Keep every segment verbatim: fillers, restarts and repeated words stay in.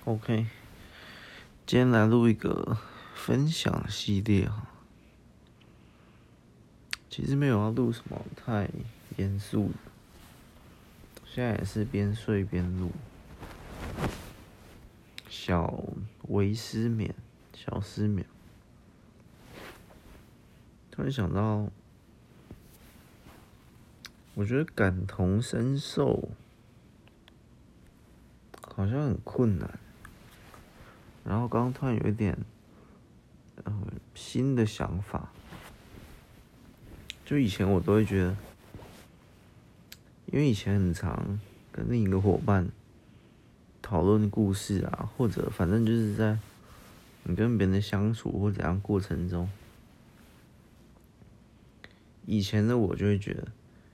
OK， 今天来录一个分享系列哈。其实没有要录什么太严肃的，现在也是边睡边录。小微失眠，小失眠。突然想到，我觉得感同身受好像很困难。然后刚刚突然有一点呃新的想法，就以前我都会觉得，因为以前很常跟另一个伙伴讨论故事啊，或者反正就是在你跟别人的相处或怎样过程中，以前的我就会觉得，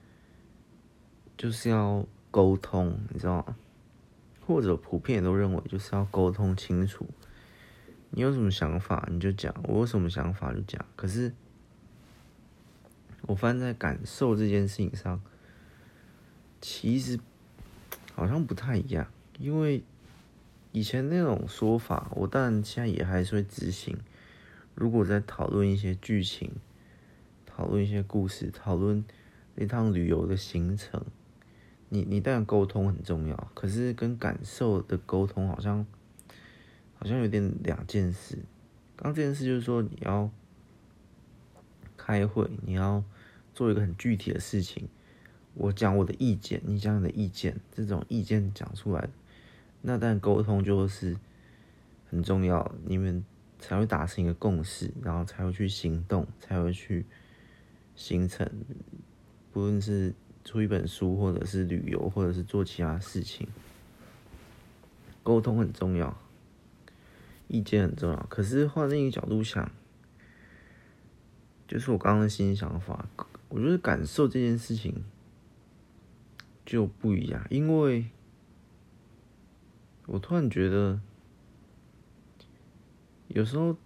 就是要沟通，你知道吗？或者普遍都认为就是要沟通清楚。你有什么想法你就讲，我有什么想法就讲。可是我发现在感受这件事情上，其实好像不太一样。因为以前那种说法，我当然现在也还是会执行。如果在讨论一些剧情，讨论一些故事，讨论那趟旅游的行程，你你当然沟通很重要，可是跟感受的沟通好像好像有点两件事。刚这件事就是说你要开会，你要做一个很具体的事情，我讲我的意见，你讲你的意见，这种意见讲出来，那当然沟通就是很重要，你们才会达成一个共识，然后才会去行动，才会去形成，不论是出一本书，或者是旅游，或者是做其他事情，沟通很重要，意见很重要。可是换另一个角度想，就是我刚刚的新想法，我觉得感受这件事情就不一样，因为我突然觉得，有时候，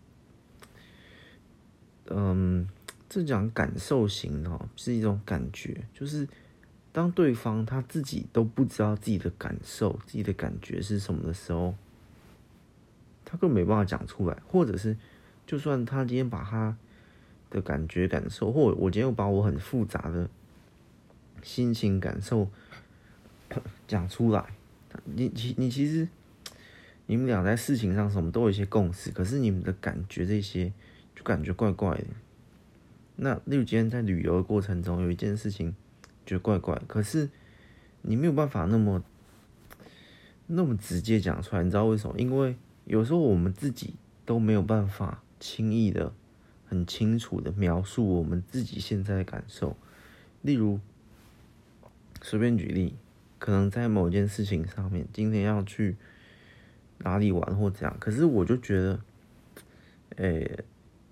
嗯，这讲感受型哦，是一种感觉，就是当对方他自己都不知道自己的感受、自己的感觉是什么的时候，他根本没办法讲出来，或者是，就算他今天把他的感觉、感受，或者我今天又把我很复杂的心情、感受讲出来，你其你其实你们俩在事情上什么都有一些共识，可是你们的感觉这些就感觉怪怪的。那例如今天在旅游的过程中有一件事情觉得怪怪，可是你没有办法那么那么直接讲出来，你知道为什么？因为有时候我们自己都没有办法轻易的、很清楚的描述我们自己现在的感受。例如，随便举例，可能在某件事情上面，今天要去哪里玩或怎样，可是我就觉得，诶、欸，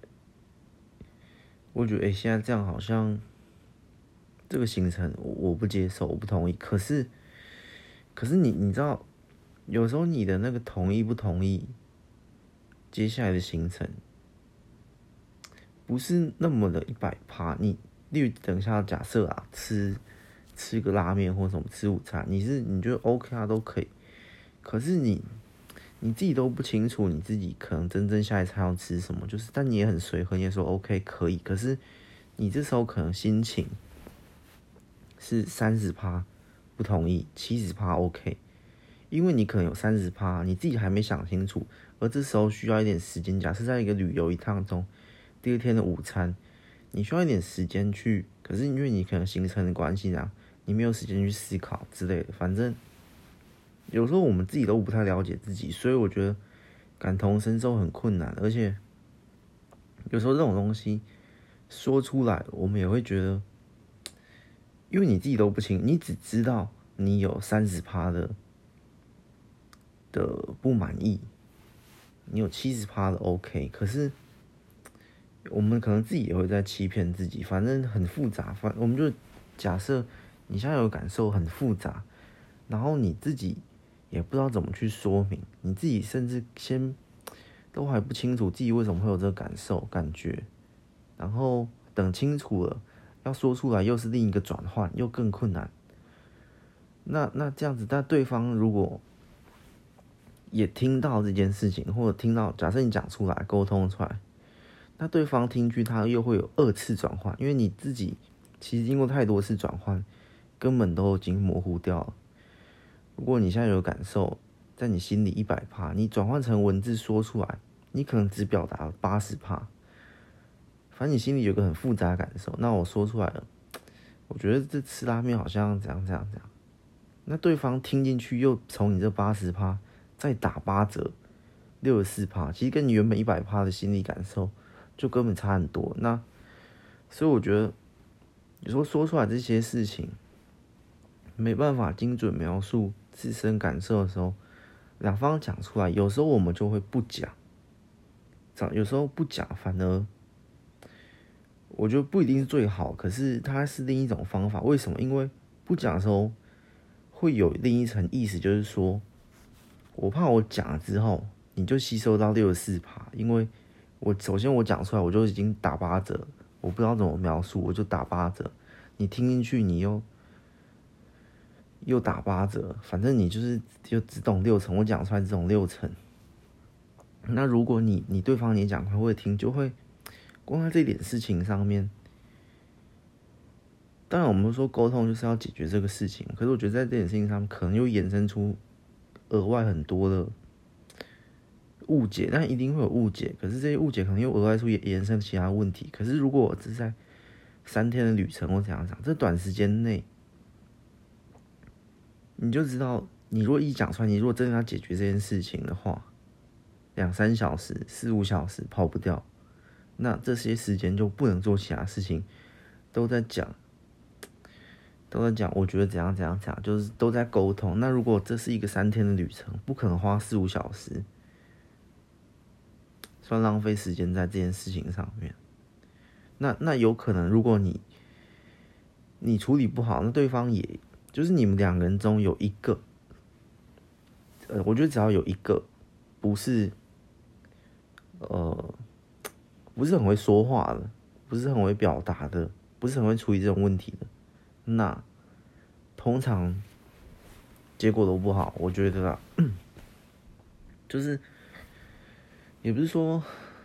我觉得诶、欸，现在这样好像这个行程我不接受，我不同意。可是，可是你你知道，有时候你的那个同意不同意，接下来的行程不是那么的一百趴。你例如等一下假设啊，吃吃个拉面或什么吃午餐，你是你觉得 OK 啊都可以，可是你你自己都不清楚你自己可能真正下一餐要吃什么，就是但你也很随和，你也说 OK 可以，可是你这时候可能心情是三十趴不同意，七十趴 OK， 因为你可能有三十趴你自己还没想清楚，而这时候需要一点时间。假设在一个旅游一趟中，第二天的午餐，你需要一点时间去，可是因为你可能行程的关系啊，你没有时间去思考之类的，反正。有时候我们自己都不太了解自己，所以我觉得感同身受很困难，而且有时候这种东西说出来，我们也会觉得，因为你自己都不清，你只知道你有三十趴的的不满意，你有七十趴的 OK， 可是我们可能自己也会在欺骗自己，反正很复杂，反我们就假设你现在有感受很复杂，然后你自己。也不知道怎么去说明，你自己甚至先都还不清楚自己为什么会有这个感受、感觉，然后等清楚了，要说出来又是另一个转换，又更困难。那那这样子，但对方如果也听到这件事情，或者听到假设你讲出来沟通出来，那对方听去他又会有二次转换，因为你自己其实经过太多次转换，根本都已经模糊掉了。如果你现在有感受，在你心里一百趴，你转换成文字说出来，你可能只表达了八十趴。反正你心里有个很复杂的感受，那我说出来了，我觉得这吃拉面好像怎样怎样怎样，那对方听进去又从你这八十趴再打八折，六十四趴，其实跟你原本一百趴的心理感受就根本差很多。那所以我觉得有时候说出来这些事情，没办法精准描述自身感受的时候，两方讲出来，有时候我们就会不讲，有时候不讲反而我觉得不一定是最好，可是它是另一种方法。为什么？因为不讲的时候会有另一层意思，就是说我怕我讲了之后你就吸收到六十四趴，因为我首先我讲出来我就已经打八折，我不知道怎么描述，我就打八折，你听进去你又又打八折，反正你就是就只懂六成，我讲出来只懂六成。那如果你你对方你讲他会听，就会光在这点事情上面，当然我们说沟通就是要解决这个事情，可是我觉得在这点事情上可能又衍生出额外很多的误解，但一定会有误解，可是这些误解可能又额外出衍生其他问题。可是如果我只是在三天的旅程或怎样讲，这短时间内你就知道，你如果一讲出来，你如果真的要解决这件事情的话，两三小时、四五小时跑不掉，那这些时间就不能做其他事情，都在讲，都在讲，我觉得怎样怎样讲，就是都在沟通。那如果这是一个三天的旅程，不可能花四五小时，算浪费时间在这件事情上面。那那有可能，如果你你处理不好，那对方也就是你们两个人中有一个，呃，我觉得只要有一个不是，呃，不是很会说话的，不是很会表达的，不是很会处理这种问题的，那通常结果都不好。我觉得啦，就是也不是说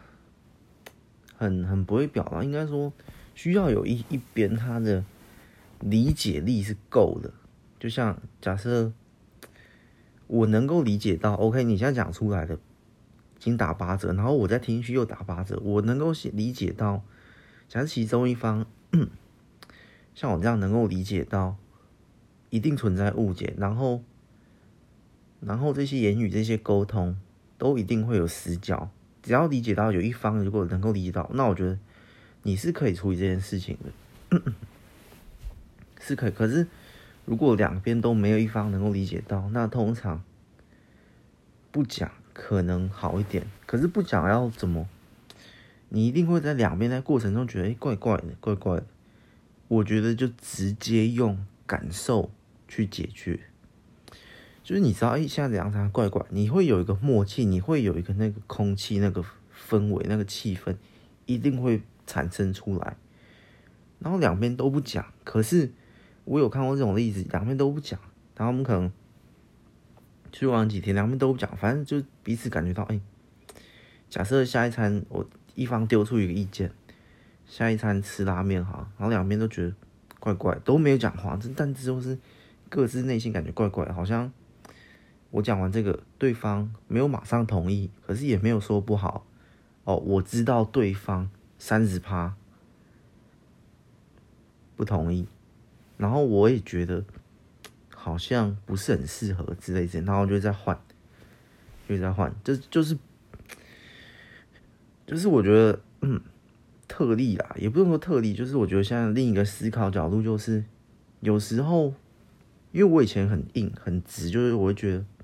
很很不会表达，应该说需要有一一边他的理解力是够的。就像假设我能够理解到 ，OK， 你现在讲出来的已经打八折，然后我再听进去又打八折，我能够理解到，假设其中一方像我这样能够理解到，一定存在误解，然后然后这些言语、这些沟通都一定会有死角。只要理解到有一方如果能够理解到，那我觉得你是可以处理这件事情的，是可以。可是如果两边都没有一方能够理解到，那通常不讲可能好一点。可是不讲要怎么？你一定会在两边在过程中觉得，欸，怪怪的，怪怪的。我觉得就直接用感受去解决。就是你知道，哎，现在怎样才怪怪？你会有一个默契，你会有一个那个空气、那个氛围、那个气氛，一定会产生出来。然后两边都不讲，可是我有看过这种例子，两边都不讲，然后我们可能去玩几天，两边都不讲，反正就彼此感觉到，哎，假设下一餐我一方丢出一个意见，下一餐吃拉面哈，然后两边都觉得怪怪，都没有讲话，但之后是各自内心感觉怪怪，好像我讲完这个，对方没有马上同意，可是也没有说不好哦。我知道对方三十趴不同意，然后我也觉得好像不是很适合之类的，然后就再换，就再换，就就是就是我觉得嗯特例啦，也不用说特例，就是我觉得现在另一个思考角度就是，有时候因为我以前很硬很直，就是我会觉得。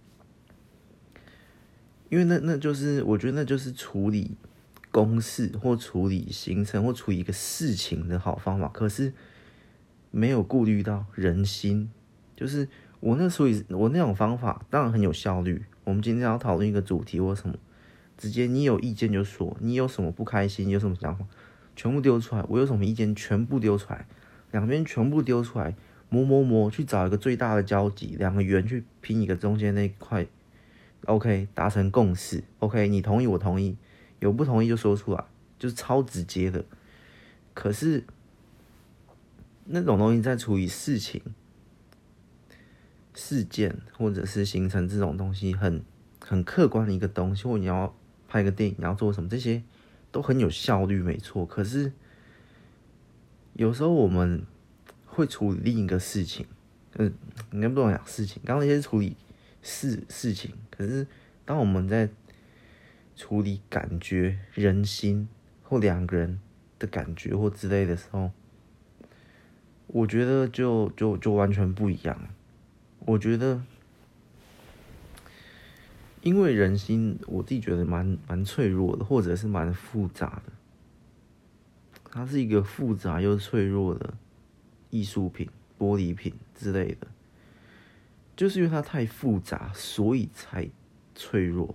因为那那就是我觉得那就是处理公事或处理行程或处理一个事情的好方法，可是没有顾虑到人心。就是我那所以我那种方法当然很有效率。我们今天要讨论一个主题或什么，直接你有意见就说，你有什么不开心，有什么想法，全部丢出来。我有什么意见，全部丢出来，两边全部丢出来，磨磨磨，去找一个最大的交集，两个圆去拼一个中间那一块。 OK 达成共识 ，OK 你同意我同意，有不同意就说出来，就是超直接的。可是那种东西在处理事情、事件或者是形成这种东西很很客观的一个东西，或你要拍个电影，你要做什么，这些都很有效率，没错。可是有时候我们会处理另一个事情，嗯，应该不能讲事情，刚刚那些是处理事事情，可是当我们在处理感觉、人心或两个人的感觉或之类的时候，我觉得就就就完全不一样。我觉得，因为人心，我自己觉得蛮蛮脆弱的，或者是蛮复杂的。它是一个复杂又脆弱的艺术品、玻璃品之类的，就是因为它太复杂，所以才脆弱。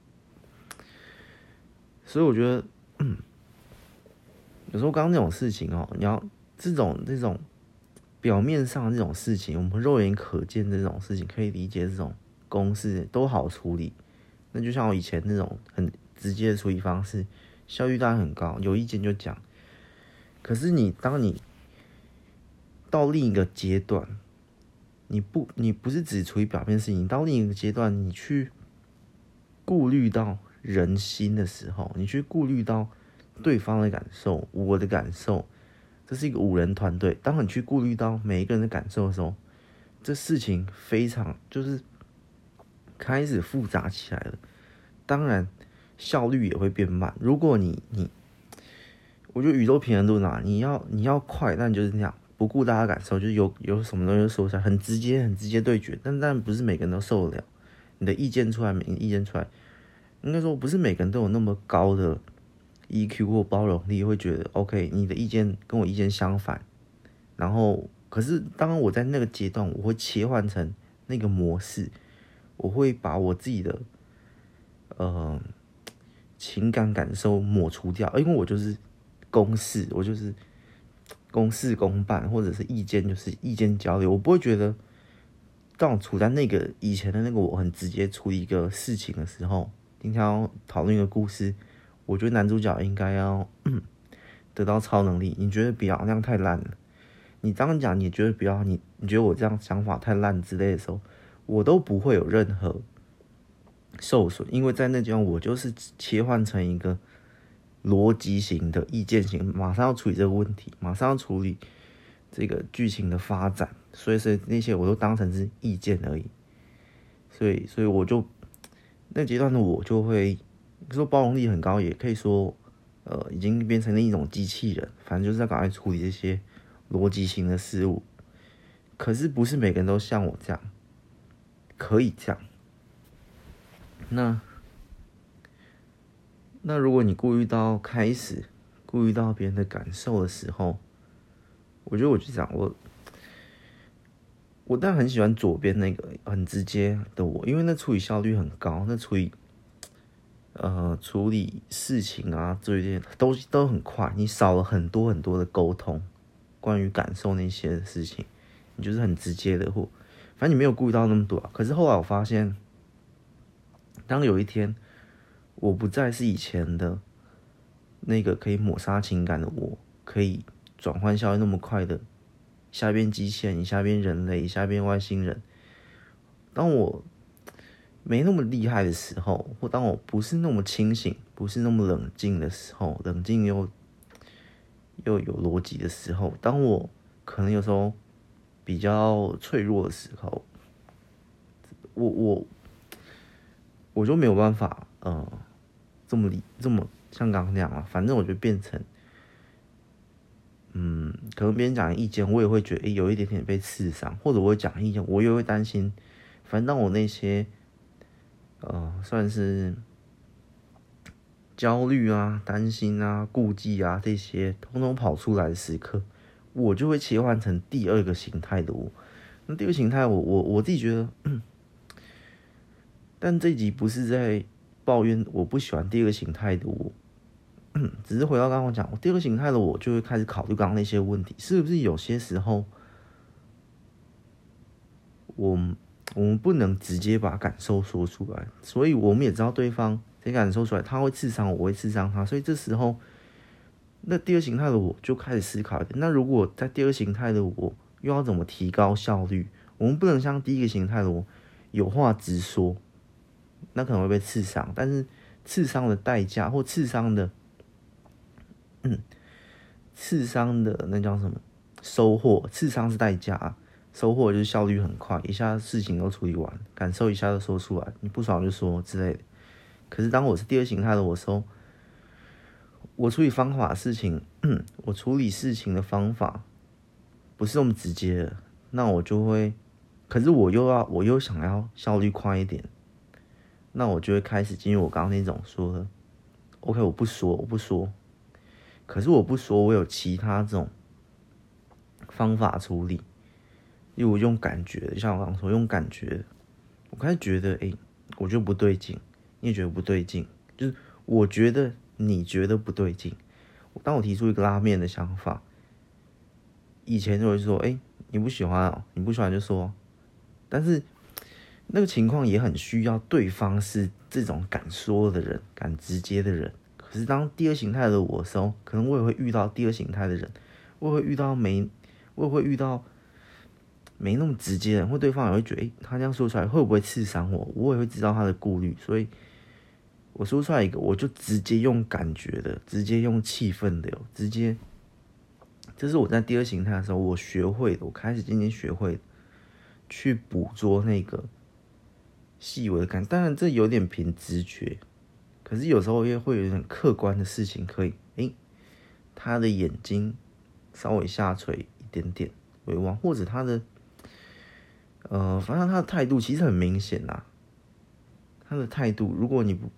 所以我觉得，嗯、有时候刚刚那种事情哦，你要这种这种表面上这种事情，我们肉眼可见的这种事情，可以理解这种公式都好处理。那就像我以前那种很直接的处理方式，效率当然很高，有意见就讲。可是你当你到另一个阶段，你不你不是只处理表面事情，你到另一个阶段，你去顾虑到人心的时候，你去顾虑到对方的感受，我的感受，这是一个五人团队。当你去顾虑到每一个人的感受的时候，这事情非常就是开始复杂起来了。当然，效率也会变慢。如果你你，我觉得宇宙平衡论啊，你要你要快，但就是这样，不顾大家感受，就是有有什么东西就说出来，很直接很直接对决。但但不是每个人都受得了。你的意见出来，每个意见出来，应该说不是每个人都有那么高的 E Q 或包容力，会觉得 OK， 你的意见跟我意见相反。然后，可是当我在那个阶段，我会切换成那个模式，我会把我自己的呃情感感受抹除掉，因为我就是公事，我就是公事公办，或者是意见就是意见交流，我不会觉得。当我处在那个以前的那个我很直接处理一个事情的时候，今天要讨论一个故事，我觉得男主角应该要得到超能力，你觉得不要，那样太烂了。你这样讲，你觉得不要，你你觉得我这样想法太烂之类的时候，我都不会有任何受损，因为在那阶段我就是切换成一个逻辑型的意见型，马上要处理这个问题，马上要处理这个剧情的发展，所以是那些我都当成是意见而已。所以，所以我就那阶段的我就会说包容力很高，也可以说呃已经变成了一种机器人，反正就是在赶快处理这些逻辑型的事物。可是不是每个人都像我这样可以这样。那那如果你顾虑到开始顾虑到别人的感受的时候，我觉得我就讲我，我当然很喜欢左边那个很直接的我，因为那处理效率很高，那处理呃处理事情啊，这一点都都很快，你少了很多很多的沟通，关于感受那些事情，你就是很直接的或，反正你没有顾虑到那么多啊。可是后来我发现，当有一天我不再是以前的那个可以抹杀情感的我，可以转换效率那么快的，一下变机器人，一下变人类，一下变外星人。当我没那么厉害的时候，或当我不是那么清醒，不是那么冷静的时候，冷静又又有逻辑的时候，当我可能有时候比较脆弱的时候，我我我就没有办法，呃，这么理这么像刚刚那样啊。反正我就变成。嗯，可能别人讲意见，我也会觉得，欸，有一点点被刺伤，或者我讲意见，我也会担心。反正当我那些，呃，算是焦虑啊、担心啊、顾忌啊这些，通通跑出来的时刻，我就会切换成第二个形态的我。那第二个形态我，我我自己觉得，嗯，但这一集不是在抱怨我不喜欢第二个形态的我。只是回到刚刚我讲，我第二个形态的我就会开始考虑刚刚那些问题，是不是有些时候我我们不能直接把感受说出来，所以我们也知道对方谁感受出来，他会刺伤我，我会刺伤他，所以这时候，那第二形态的我就开始思考一点，那如果在第二形态的我又要怎么提高效率？我们不能像第一个形态的我有话直说，那可能会被刺伤，但是刺伤的代价或刺伤的，嗯，刺伤的那叫什么？收获，刺伤是代价、啊，收获就是效率很快，一下事情都处理完，感受一下就说出来，你不爽就说之类的。可是当我是第二形态的我时候，我处理方法事情，我处理事情的方法不是那么直接的，那我就会，可是我又要我又想要效率快一点，那我就会开始进入我刚刚那种说的 ，OK， 我不说，我不说，可是我不说，我有其他这种方法处理，例如用感觉的，像我刚刚说用感觉的，我开始觉得，哎、欸，我觉得不对劲，你也觉得不对劲，就是我觉得你觉得不对劲。当我提出一个拉面的想法，以前就会说，哎、欸，你不喜欢哦，你不喜欢就说，但是那个情况也很需要对方是这种敢说的人，敢直接的人。可是当第二形态的我的时候，可能我也会遇到第二形态的人，我也会遇到没，我也会遇到没那么直接的人，或对方也会觉得，哎、欸，他这样说出来会不会刺伤我？我也会知道他的顾虑，所以我说出来一个，我就直接用感觉的，直接用气氛的，直接，这是我在第二形态的时候我学会的，我开始渐渐学会的，去捕捉那个细微的感，当然这有点凭直觉，可是有时候也会有点客观的事情可以，哎、欸，他的眼睛稍微下垂一点点，微望，或者他的，呃，反正他的态度其实很明显啦。他的态度，如果你不，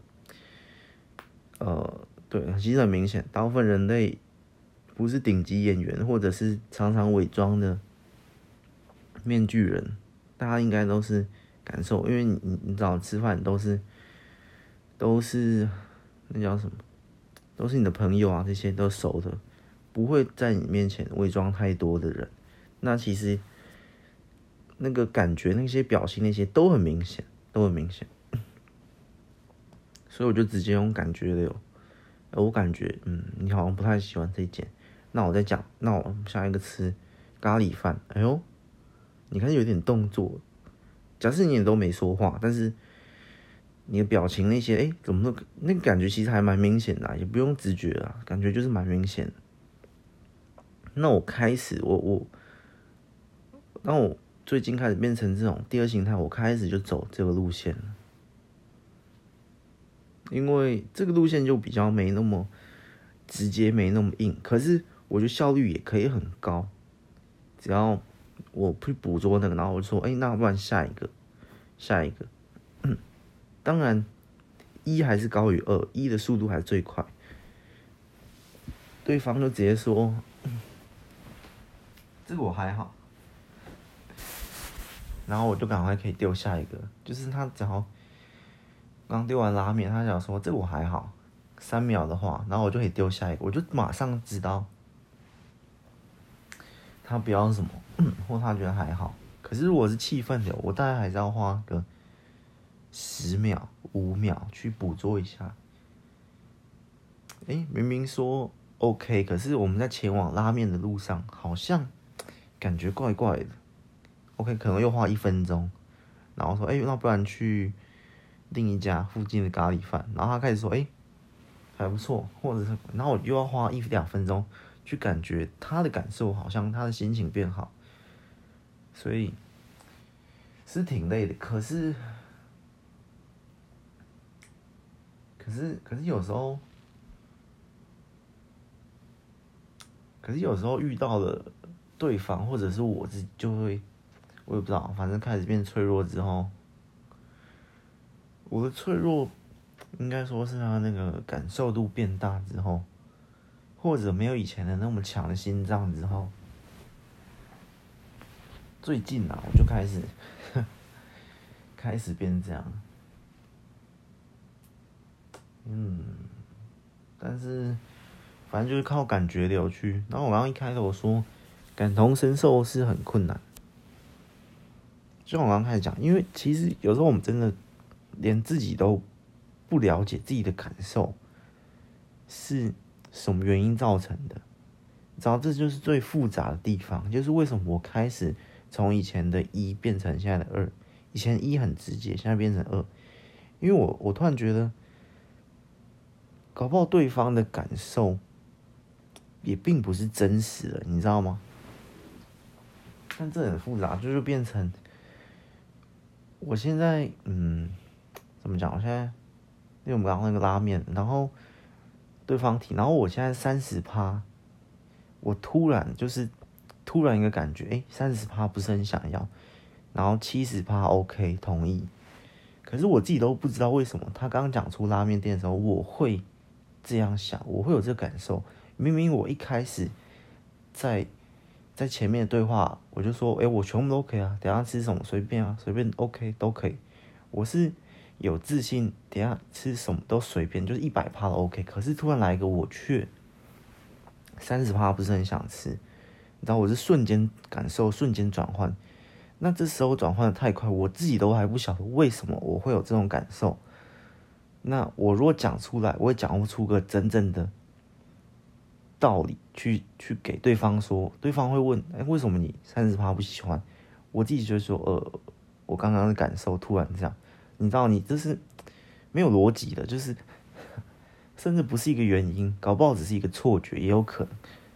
呃，对，其实很明显，大部分人类不是顶级演员，或者是常常伪装的面具人，大家应该都是感受，因为你你你找吃饭都是都是那叫什么，都是你的朋友啊，这些都熟的，不会在你面前伪装太多的人。那其实那个感觉、那些表情、那些都很明显，都很明显。所以我就直接用感觉的有，我感觉，嗯，你好像不太喜欢这一件，那我再讲，那我下一个吃咖喱饭，哎呦，你看有点动作，假设你也都没说话，但是你的表情那些，哎、欸，怎么都那个感觉其实还蛮明显的、啊，也不用直觉啊，感觉就是蛮明显的。那我开始，我我，那我最近开始变成这种第二形态，我开始就走这个路线了。因为这个路线就比较没那么直接，没那么硬，可是我觉得效率也可以很高。只要我去捕捉那个，然后我就说，哎、欸，那不然下一个，下一个，嗯，当然一还是高于二，一的速度还是最快。对方就直接说，嗯，这个我还好，然后我就赶快可以丢下一个，就是他只要刚丢完拉面，他想说这个我还好，三秒的话，然后我就可以丢下一个，我就马上知道他不要什么，或他觉得还好。可是如果是气氛的，我大概还是要花个十秒、五秒去捕捉一下。哎，明明说 OK， 可是我们在前往拉面的路上，好像感觉怪怪的。OK， 可能又花一分钟，然后说，哎，那不然去另一家附近的咖喱饭，然后他开始说，哎、欸，还不错，或者是，然后我又要花一两分钟去感觉他的感受，好像他的心情变好，所以是挺累的。可是，可是，可是有时候，可是有时候遇到了对方，或者是我自己，就会，我也不知道，反正开始变脆弱之后。我的脆弱，应该说是他那个感受度变大之后，或者没有以前的那么强的心脏之后，最近啊，我就开始开始变这样。嗯，但是反正就是靠感觉流去。然后我刚刚一开头说，感同身受是很困难，就就像我刚刚开始讲，因为其实有时候我们真的连自己都不了解自己的感受是什么原因造成的，你知道这就是最复杂的地方，就是为什么我开始从以前的一变成现在的二，以前一很直接，现在变成二，因为我我突然觉得，搞不好对方的感受也并不是真实的，你知道吗？但这很复杂，就是变成我现在嗯，怎么讲？我现在因为我们刚刚那个拉面，然后对方提，然后我现在三十趴，我突然就是突然一个感觉，哎，三十趴不是很想要，然后七十趴 OK 同意，可是我自己都不知道为什么他刚刚讲出拉面店的时候，我会这样想，我会有这个感受。明明我一开始在在前面的对话，我就说，哎，我全部都可以啊，等一下吃什么随便啊，随便 OK 都可以。我是有自信，等一下吃什么都随便，就是一百趴都 OK。可是突然来一个，我却三十趴不是很想吃，你知道，我是瞬间感受，瞬间转换。那这时候转换的太快，我自己都还不晓得为什么我会有这种感受。那我如果讲出来，我也讲不出个真正的道理去去给对方说，对方会问，哎，为什么你三十趴不喜欢？我自己就说，呃，我刚刚的感受突然这样，你知道，你这是没有逻辑的，就是甚至不是一个原因，搞不好只是一个错觉，也有可能。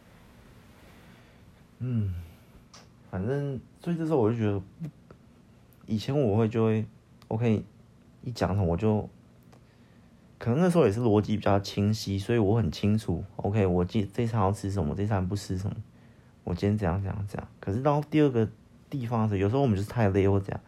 嗯，反正所以这时候我就觉得，以前我会就会 OK， 一讲什么我就。可能那时候也是逻辑比较清晰，所以我很清楚 ，OK， 我这这餐要吃什么，这餐不吃什么，我今天怎样怎样怎样。可是到第二个地方的时候，有时候我们就是太累或怎样，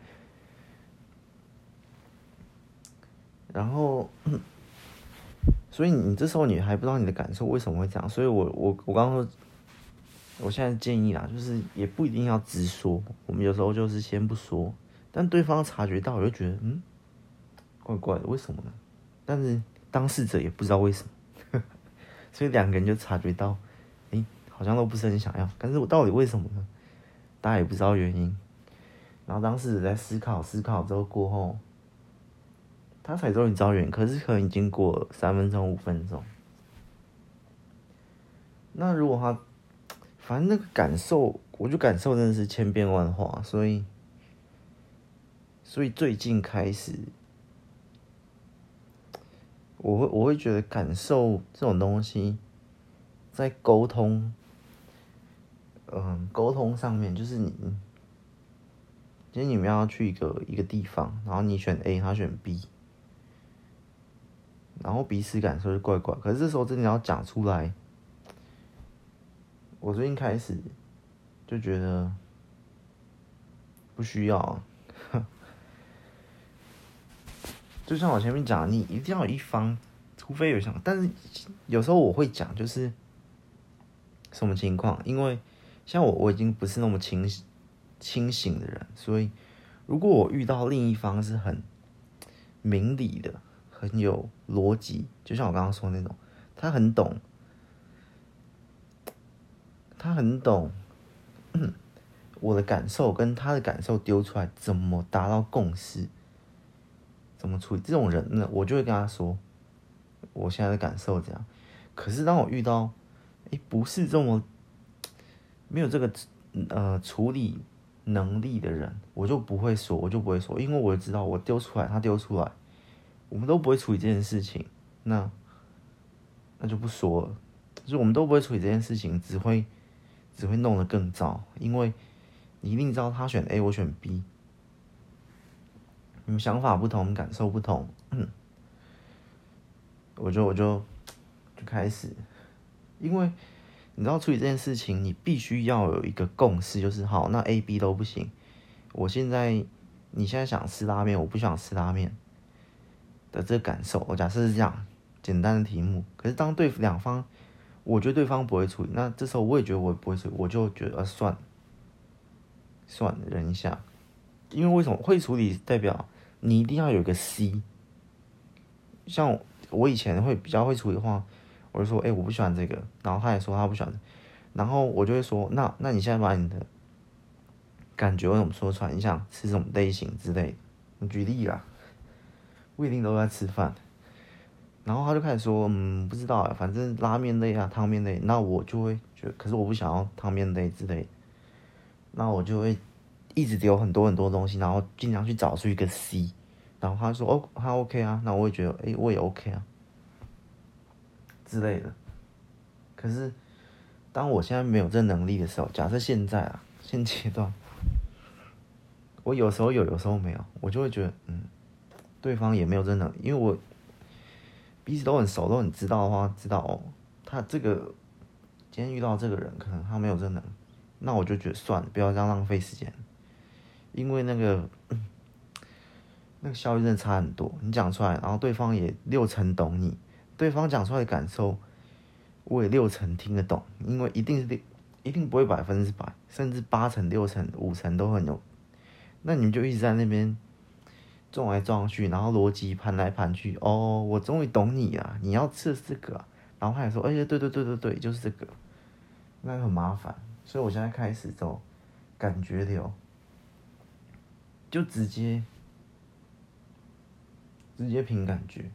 然后，所以你这时候你还不知道你的感受为什么会这样，所以我我我刚刚说，我现在建议啦，就是也不一定要直说，我们有时候就是先不说，但对方察觉到，我就觉得嗯，怪怪的，为什么呢？但是当事者也不知道为什么，所以两个人就察觉到，哎、欸，好像都不是很想要。但是我到底为什么呢？大家也不知道原因。然后当事者在思考思考之后过后，他才终于知道原因。可是可能已经过了三分钟、五分钟。那如果他，反正那个感受，我就感受真的是千变万化，所以，所以最近开始。我会我会觉得感受这种东西，在沟通，嗯，沟通上面就是你，今天你们要去一个一个地方，然后你选 A， 他选 B， 然后彼此感受就怪怪。可是这时候真的要讲出来，我最近开始就觉得不需要啊。就像我前面讲，你一定要有一方，除非有想，但是有时候我会讲，就是什么情况？因为像我，我已经不是那么清清醒的人，所以如果我遇到另一方是很明理的、很有逻辑，就像我刚刚说的那种，他很懂，他很懂，嗯，我的感受跟他的感受丢出来，怎么达到共识？怎么处理这种人呢？我就会跟他说，我现在的感受这样。可是当我遇到，哎，不是这么没有这个呃处理能力的人，我就不会说，我就不会说，因为我知道我丢出来，他丢出来，我们都不会处理这件事情，那那就不说了。就是我们都不会处理这件事情，只会只会弄得更糟，因为你一定知道他选 A， 我选 B。你们想法不同，感受不同，嗯，我就我就就开始，因为你知道处理这件事情，你必须要有一个共识，就是好，那 A、B 都不行。我现在你现在想吃拉面，我不想吃拉面的这个感受，我假设是这样简单的题目。可是当对两方，我觉得对方不会处理，那这时候我也觉得我不会处理，我就觉得、呃、算了，算了，忍一下。因为为什么会处理，代表你一定要有一个 C。像我以前会比较会处理的话，我就说，哎、欸，我不喜欢这个，然后他也说他不喜欢，然后我就会说，那那你现在把你的感觉为什么说出来？你想吃什么类型之类的？你举例啦，不一定都在吃饭。然后他就开始说，嗯，不知道啊，反正拉面类啊、汤面类，那我就会觉得，可是我不想要汤面类之类的，那我就会一直丢很多很多东西，然后尽量去找出一个 C。然后他说，哦，他 OK 啊，那我也觉得，哎，我也 OK 啊之类的。可是当我现在没有这能力的时候，假设现在啊，现阶段，我有时候有，有时候没有，我就会觉得，嗯，对方也没有这能力，因为我彼此都很熟，都很知道的话，知道哦，他这个今天遇到这个人，可能他没有这能力，那我就觉得算了，不要这样浪费时间，因为那个、嗯、那个效率真的差很多。你讲出来，然后对方也六成懂你，对方讲出来的感受，我也六成听得懂，因为一定是一定不会百分之百，甚至八成、六成、五成都很有。那你们就一直在那边撞来撞去，然后逻辑盘来盘去。哦，我终于懂你了，你要吃的是这个、啊。然后他也说，哎、欸，对对对对对，就是这个。那很麻烦，所以我现在开始走感觉流，就直接直接凭感觉。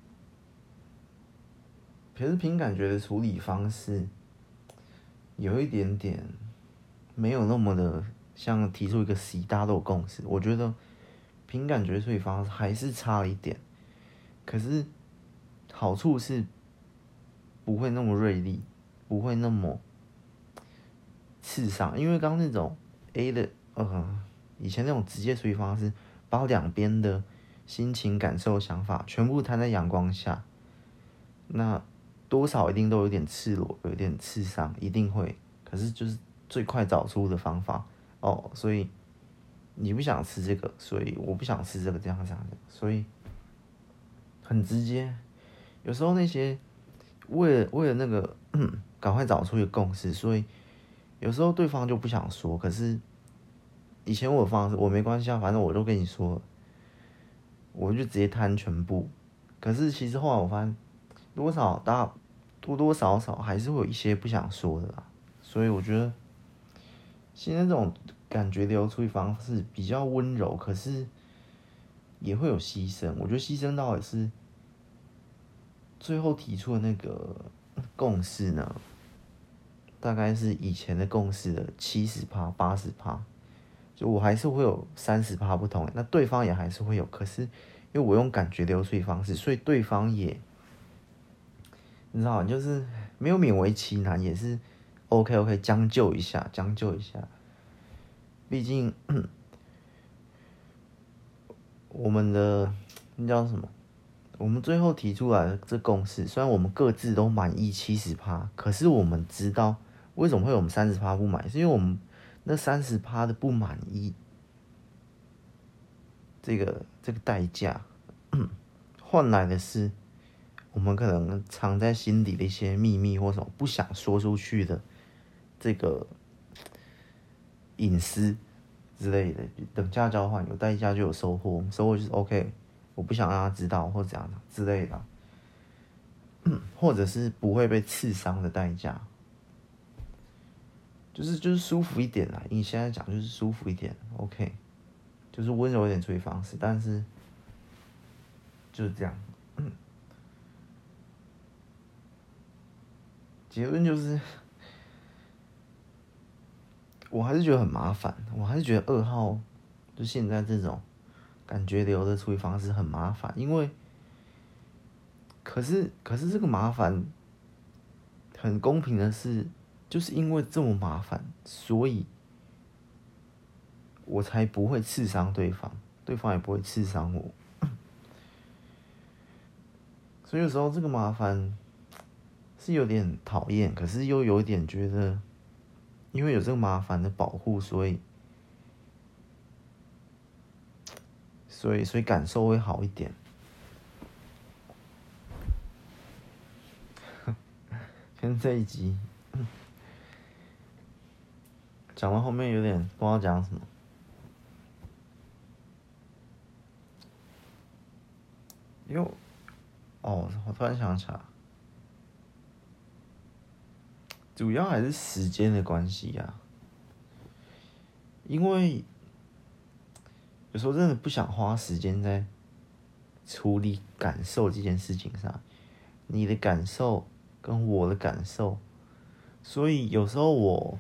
可是凭感觉的处理方式，有一点点没有那么的像提出一个 C 大家都有共识。我觉得凭感觉处理方式还是差了一点，可是好处是不会那么锐利，不会那么刺伤，因为刚那种 A 的呃，以前那种直接处理方式，把两边的心情、感受、想法全部摊在阳光下，那多少一定都有点赤裸，有点刺伤，一定会。可是就是最快找出的方法哦，所以你不想吃这个，所以我不想吃这个，这样这样的，所以很直接。有时候那些为了为了那个赶快找出一个共识，所以有时候对方就不想说。可是以前我的方式，我没关系啊，反正我都跟你说了，我就直接摊全部。可是其实后来我发现，多少大多多少少还是会有一些不想说的啦。所以我觉得现在这种感觉流处理方式比较温柔，可是也会有牺牲。我觉得牺牲到底是最后提出的那个共识呢，大概是以前的共识的七十趴、八十趴，就我还是会有三十趴不同，那对方也还是会有。可是因为我用感觉流处理方式，所以对方也，你知道，就是没有勉为其难，也是 OK OK， 将就一下，将就一下。毕竟我们的那叫什么？我们最后提出来的这共识，虽然我们各自都满意七十趴，可是我们知道为什么会有我们三十趴不满意，是因为我们那三十趴的不满意，这个这个代价，换来的是我们可能藏在心底的一些秘密或什么不想说出去的这个隐私之类的。等价交换，有代价就有收获，收获就是 OK。我不想让他知道，或怎样之类的，或者是不会被刺伤的代价，就是就是舒服一点啦。你现在讲就是舒服一点 ，OK， 就是温柔一点处理方式，但是就是这样。结论就是，我还是觉得很麻烦，我还是觉得二号就现在这种感觉流的处理方式很麻烦，因为。可是，可是这个麻烦，很公平的是，就是因为这么麻烦，所以我才不会刺伤对方，对方也不会刺伤我。所以有时候这个麻烦是有点讨厌，可是又有点觉得，因为有这个麻烦的保护，所以，所以，所以感受会好一点。跟这一集讲到后面有点不知道讲什么，因为哦，我突然想起来，主要还是时间的关系啊。因为有时候真的不想花时间在处理感受这件事情上，你的感受跟我的感受，所以有时候我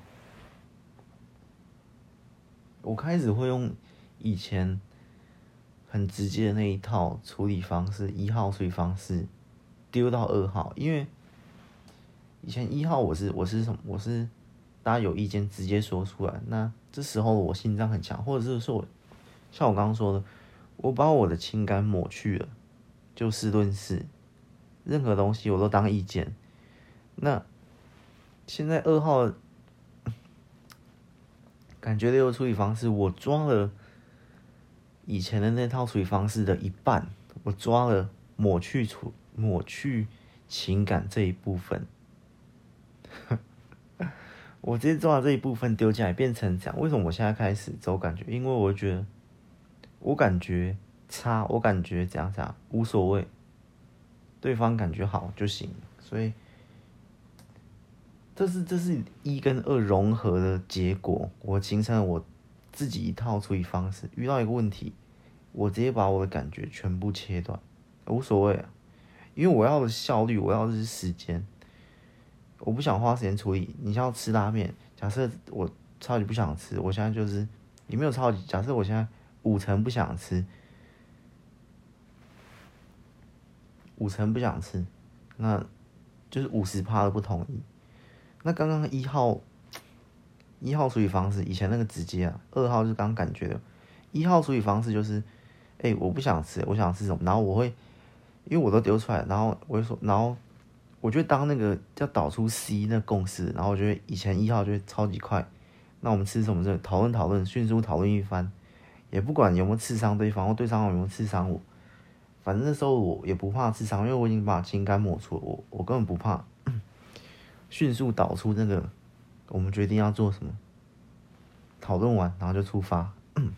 我开始会用以前很直接的那一套处理方式，一号处理方式丢到二号，因为以前一号我是我是什么？我是大家有意见直接说出来，那这时候我心脏很强，或者是说我像我刚刚说的，我把我的情感抹去了，就事论事，任何东西我都当意见。那现在二号感觉流的处理方式，我抓了以前的那套处理方式的一半，我抓了抹去处抹去情感这一部分，我直接抓了这一部分丢进来，变成这样。为什么我现在开始走感觉？因为我觉得我感觉差，我感觉怎样怎样无所谓，对方感觉好就行。所以这是这是一跟二融合的结果，我形成了我自己一套处理方式。遇到一个问题，我直接把我的感觉全部切断，无所谓啊，因为我要的效率，我要的是时间，我不想花时间处理。你像要吃拉面，假设我超级不想吃，我现在就是也没有超级，假设我现在五成不想吃，五成不想吃，那就是五十趴的不同意。那刚刚一号一号处理方式，以前那个直接啊，二号就是刚感觉的。一号处理方式就是，哎、欸，我不想吃，我想吃什么，然后我会，因为我都丢出来，然后我会说，然后我就当那个要导出 C 那共识，然后我觉得以前一号就会超级快，那我们吃什么这讨论讨论，迅速讨论一番，也不管有没有刺伤对方，或对方有没有刺伤我，反正那时候我也不怕刺伤，因为我已经把情感抹除了，我我根本不怕。迅速导出那个，我们决定要做什么，讨论完然后就出发。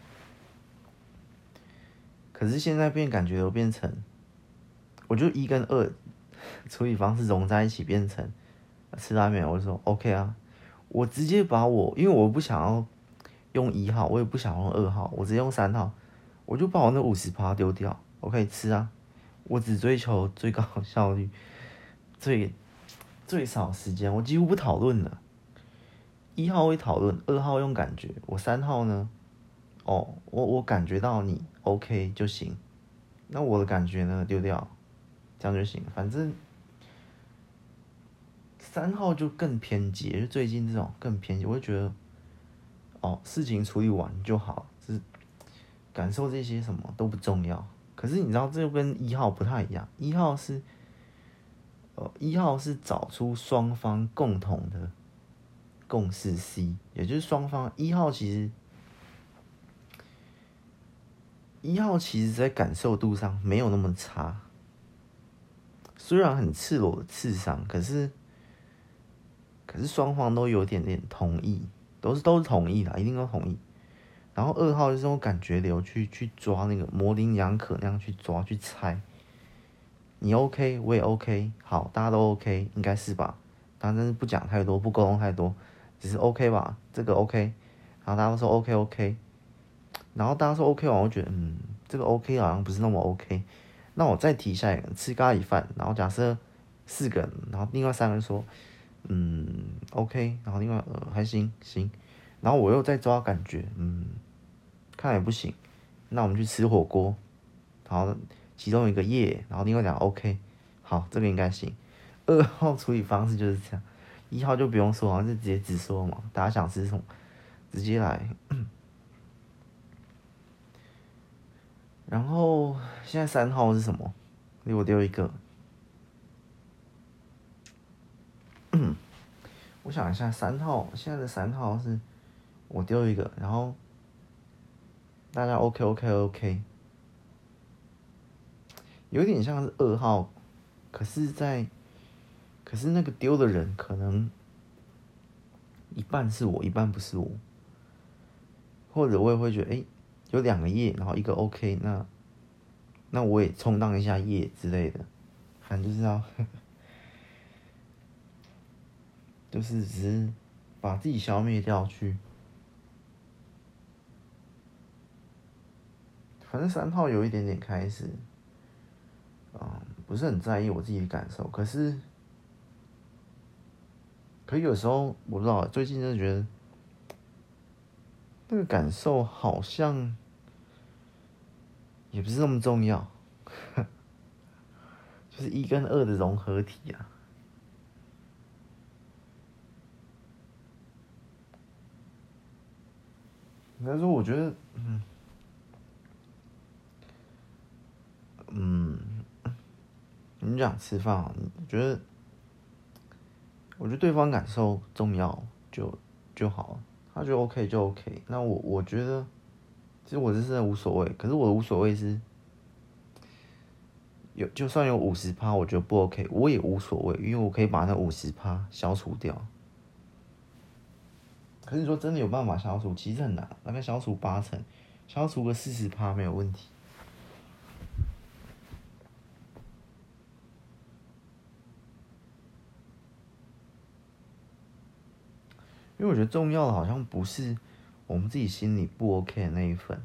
可是现在变感觉都变成，我就一跟二处理方式融在一起，变成吃拉面，我就说 OK 啊，我直接把我，因为我不想要用一号，我也不想用二号，我直接用三号，我就把我那五十趴丢掉，我可以吃啊，我只追求最高效率，最。最少时间，我几乎不讨论了。一号会讨论，二号用感觉，我三号呢？哦，我我感觉到你 OK 就行，那我的感觉呢丢掉，这样就行。反正三号就更偏激，就最近这种更偏激，我会觉得，哦，事情处理完就好，就是感受这些什么都不重要。可是你知道，这就跟一号不太一样，一号是。呃，一号是找出双方共同的共识 C， 也就是双方一号其实一号其实在感受度上没有那么差，虽然很赤裸的刺伤，可是可是双方都有点点同意，都是都是同意的，一定都同意。然后二号就是用感觉流去去抓那个模棱两可那样去抓去猜。你 OK， 我也 OK， 好，大家都 OK， 应该是吧？当然是不讲太多，不沟通太多，只是 OK 吧？这个 OK， 然后大家都说 OK OK， 然后大家说 OK 完，我觉得嗯，这个 OK 好像不是那么 OK， 那我再提下一个吃咖喱饭，然后假设四个人，然后另外三个人说嗯 OK， 然后另外呃还行行，然后我又再抓感觉，嗯，看来也不行，那我们去吃火锅，然后。其中一个耶，然后另外两个 OK， 好，这个应该行。二号处理方式就是这样，一号就不用说，好像就直接直说嘛，大家想吃什么，直接来。然后现在三号是什么？给我丢一个。我想一下，三号现在的三号是，我丢一个，然后大家 OK OK OK。有点像是二号，可是在，可是那个丢的人可能一半是我，一半不是我，或者我也会觉得，哎、欸，有两个页，然后一个 OK， 那那我也充当一下页之类的，反正就是要，就是只是把自己消灭掉去， 反正三号有一点点开始，嗯，不是很在意我自己的感受，可是，可有时候我不知道，最近真的觉得那个感受好像也不是那么重要，就是一跟二的融合体啊。应该说，我觉得，嗯嗯，你讲吃饭啊，你觉得？我觉得对方感受重要就就好，他觉得 OK 就 OK。那我我觉得，其实我是真的无所谓。可是我的无所谓是，有就算有五十趴，我觉得不 OK，我也无所谓，因为我可以把那五十趴消除掉。可是你说真的有办法消除，其实很难，大概消除八成，消除个四十趴没有问题。因为我觉得重要的好像不是我们自己心里不 OK 的那一份，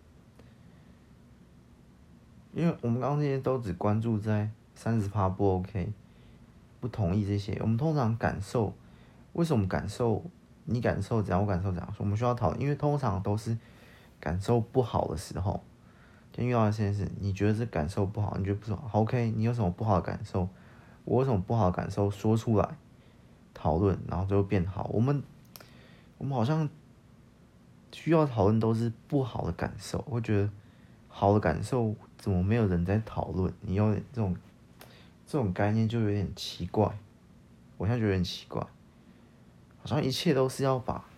因为我们刚刚那些都只关注在三十趴不 OK， 不同意这些。我们通常感受，为什么感受？你感受怎样，我感受怎样，我们需要讨论，因为通常都是感受不好的时候，就遇到这件事，你觉得这感受不好，你觉得不好 ，OK， 你有什么不好的感受？我有什么不好的感受说出来，讨论，然后就会变好。我们我们好像需要讨论都是不好的感受，会觉得好的感受怎么没有人在讨论？你有点这种这种概念就有点奇怪，我现在觉得有点奇怪，好像一切都是要把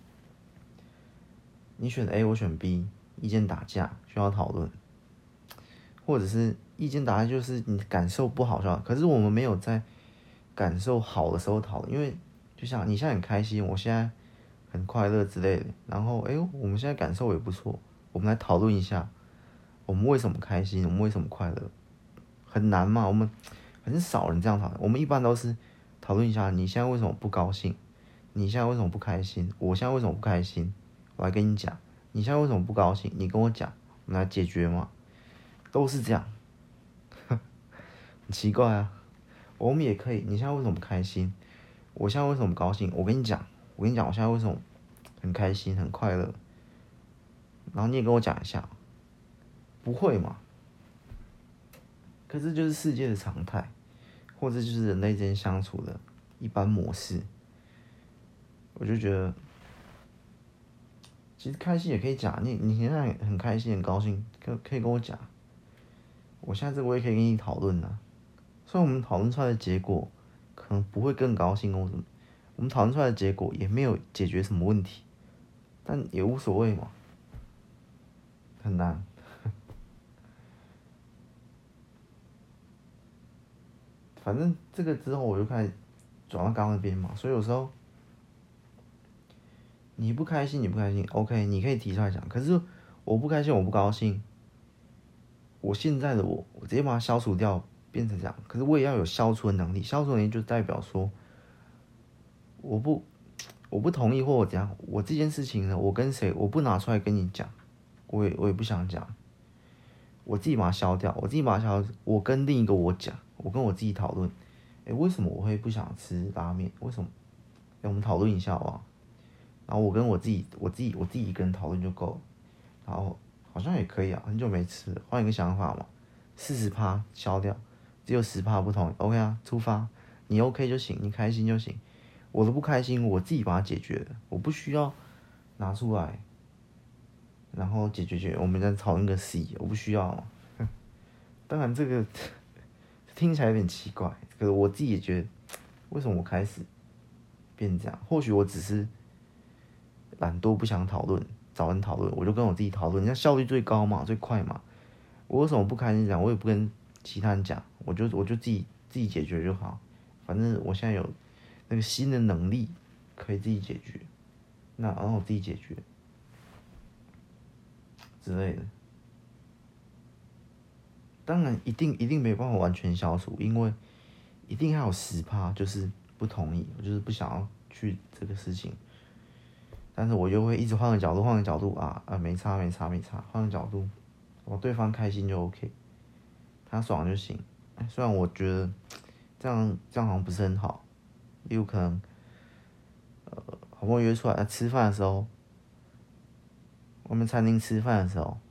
你选 A 我选 B 意见打架需要讨论，或者是意见打架就是你感受不好就好，可是我们没有在感受好的时候讨论，因为就像你现在很开心，我现在很快乐之类的，然后哎、欸，我们现在感受也不错，我们来讨论一下，我们为什么开心，我们为什么快乐，很难嘛，我们很少人这样讨论，我们一般都是讨论一下你现在为什么不高兴，你现在为什么不开心，我现在为什么不开心，我来跟你讲，你现在为什么不高兴，你跟我讲，我们来解决嘛，都是这样，很奇怪啊，我们也可以，你现在为什么不开心，我现在为什么不高兴，我跟你讲，我跟你讲，我现在为什么很开心很快乐，然后你也跟我讲一下，不会嘛？可是就是世界的常态，或者就是人类之间相处的一般模式，我就觉得，其实开心也可以讲，你你现在很开心很高兴，可可以跟我讲，我下次我也可以跟你讨论啊。虽然我们讨论出来的结果可能不会更高兴或什么，我们讨论出来的结果也没有解决什么问题，但也无所谓嘛，很难。反正这个之后我就开始转到刚刚那边嘛，所以有时候你不开心，你不开心 ，OK， 你可以提出来讲。可是我不开心，我不高兴，我现在的我，我直接把它消除掉，变成这样。可是我也要有消除的能力，消除的能力就代表说，我不，我不同意或我怎样，我这件事情呢，我跟谁，我不拿出来跟你讲，我也我也不想讲，我自己把它消掉，我自己把它消掉，我跟另一个我讲，我跟我自己讨论，哎，为什么我会不想吃拉面？为什么？哎，我们讨论一下好不好？然后我跟我自己，我自己，我自己一个人讨论就够了。然后好像也可以啊，很久没吃了，换一个想法嘛，四十趴消掉，只有十趴不同意 ，OK 啊，出发，你 OK 就行，你开心就行。我的不开心，我自己把它解决了，我不需要拿出来，然后解决解决，我们再讨论个 C， 我不需要嘛。当然这个听起来有点奇怪，可是我自己也觉得，为什么我开始变这样？或许我只是懒惰，不想讨论，找人讨论，我就跟我自己讨论，人家效率最高嘛，最快嘛。我有什么不开心讲，我也不跟其他人讲，我就我就自己自己解决就好。反正我现在有那个新的能力，可以自己解决，那然后我自己解决之类的。当然，一定一定没办法完全消除，因为一定还有十趴就是不同意，我就是不想要去这个事情。但是我就会一直换个角度，换个角度啊啊，没差没差没差，换个角度， 我对方开心就 OK， 他爽就行。虽然我觉得这样这样好像不是很好，例如可能呃好不容易约出来吃饭的时候，外面餐厅吃饭的时候，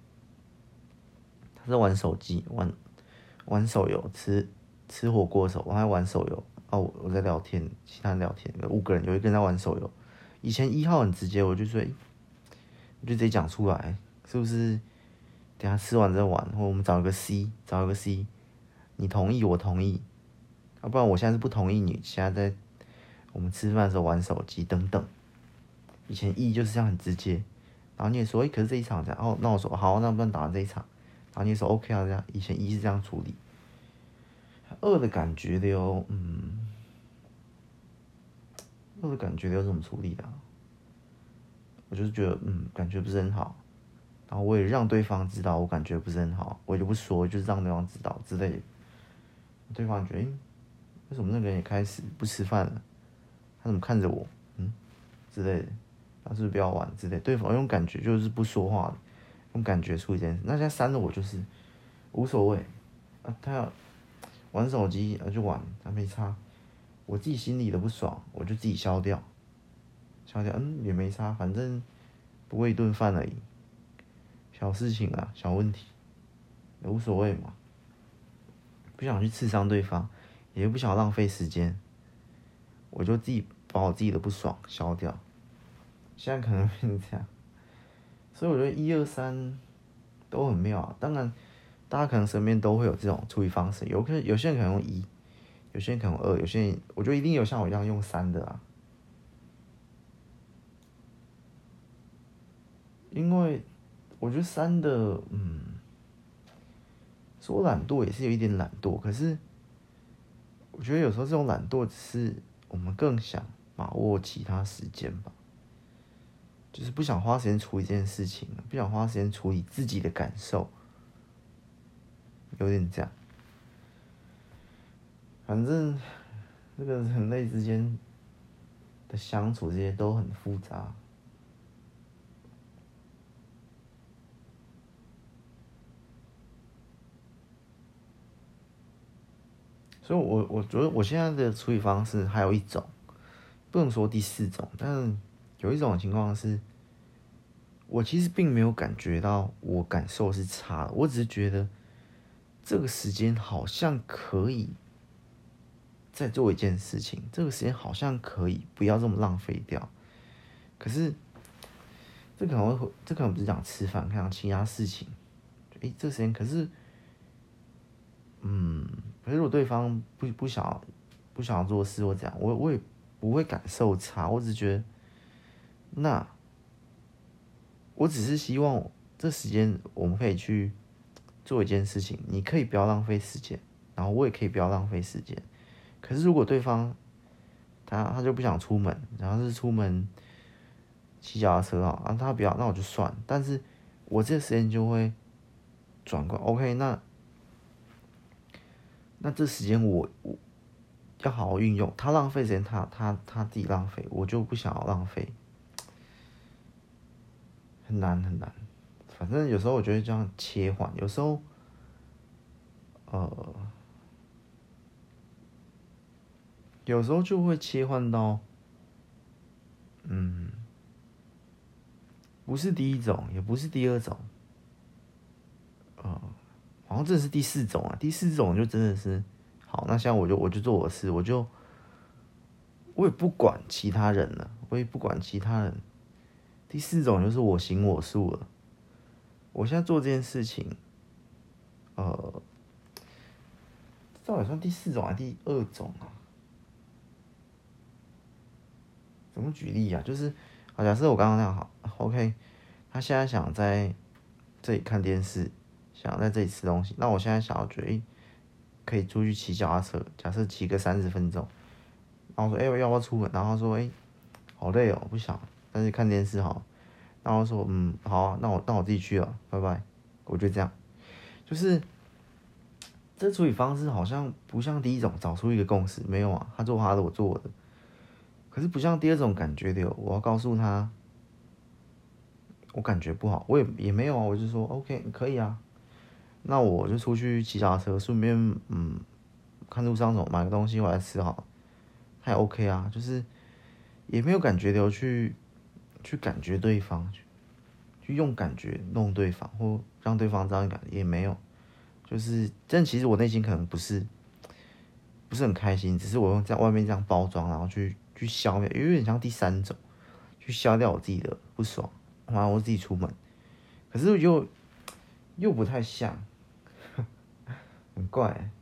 他在玩手机，玩玩手游，吃吃火锅的时候，我还玩手游。哦，我在聊天，其他人聊天，有五个人，有一个人在玩手游。以前一号很直接，我就说，我就直接讲出来，是不是？等一下吃完再玩，或我们找一个 C， 找一个 C， 你同意我同意，要、啊、不然我现在是不同意你现在在我们吃饭的时候玩手机等等。以前一就是这样很直接，然后你也说，哎、欸，可是这一场这样，哦，那我说好，那不然打完这一场，然后你也说 OK 啊，这样。以前一是这样处理。二的感觉的哟，嗯，二的感觉的要怎么处理啊？我就是觉得，嗯，感觉不是很好，然后我也让对方知道我感觉不是很好，我就不说，就是让对方知道之类的。对方觉得，哎、欸，为什么那个人也开始不吃饭了？他怎么看着我？嗯，之类的，他是不是不要玩之类的？对方用感觉就是不说话的，用感觉处理这件事。那现在三的我就是无所谓啊，他要玩手机啊就玩，他没差。我自己心里的不爽，我就自己消掉，消掉，嗯，也没差，反正不过一顿饭而已，小事情啊，小问题，也无所谓嘛。不想去刺伤对方，也不想浪费时间，我就自己把我自己的不爽消掉。现在可能变成这样，所以我觉得一二三都很妙啊。当然，大家可能身边都会有这种处理方式，有可能有些人可能用一，有些人可能用二，有些人我觉得一定有像我一样用三的啊。因为我觉得三的，嗯，说懒惰也是有一点懒惰，可是我觉得有时候这种懒惰只是我们更想把握其他时间吧，就是不想花时间处理这件事情，不想花时间处理自己的感受，有点这样。反正这个人类之间的相处，这些都很复杂。所以我，我我觉得我现在的处理方式还有一种，不能说第四种，但是有一种情况是，我其实并没有感觉到我感受是差的，我只是觉得这个时间好像可以再做一件事情，这个时间好像可以不要这么浪费掉。可是，这可能会，这可能不是讲吃饭，看其他事情。哎、欸，这个时间可是，嗯，可是如果对方不不想不想要做事或怎样，我我也不会感受差，我只觉得，那我只是希望这时间我们可以去做一件事情，你可以不要浪费时间，然后我也可以不要浪费时间。可是如果对方他他就不想出门，然后是出门骑脚踏车啊，他不要，那我就算。但是我这个时间就会转过来 ，OK， 那那这时间我我要好好运用。他浪费时间，他他他自己浪费，我就不想要浪费，很难很难。反正有时候我觉得这样切换，有时候呃。有时候就会切换到，嗯，不是第一种，也不是第二种，呃，好像这是第四种啊。第四种就真的是，好，那像我就我就做我的事，我就我也不管其他人了，我也不管其他人。第四种就是我行我素了。我现在做这件事情，呃，这到底算第四种还是第二种啊？怎么举例啊？就是，好，假设我刚刚那样好 ，OK， 他现在想在这里看电视，想在这里吃东西，那我现在想要觉得，欸、可以出去骑脚踏车，假设骑个三十分钟，然后说，哎、欸，要不要出门？然后说，哎、欸，好累哦，不想，但是看电视好。然后说，嗯，好啊，那我那我自己去了，拜拜。我就这样，就是这处理方式好像不像第一种找出一个共识，没有啊，他做他的，我做我的。可是不像第二种感觉的，我要告诉他， 我感觉不好，我也也没有啊，我就说 OK 可以啊，那我就出去骑脚踏车，顺便嗯看路上怎么买个东西回来吃好了，他也 OK 啊，就是也没有感觉流去去感觉对方，去去用感觉弄对方或让对方这样感觉也没有，就是但其实我内心可能不是不是很开心，只是我用在外面这样包装，然后去去消灭，有点像第三种，去消掉我自己的不爽，然后我自己出门，可是又又不太像，很怪、欸，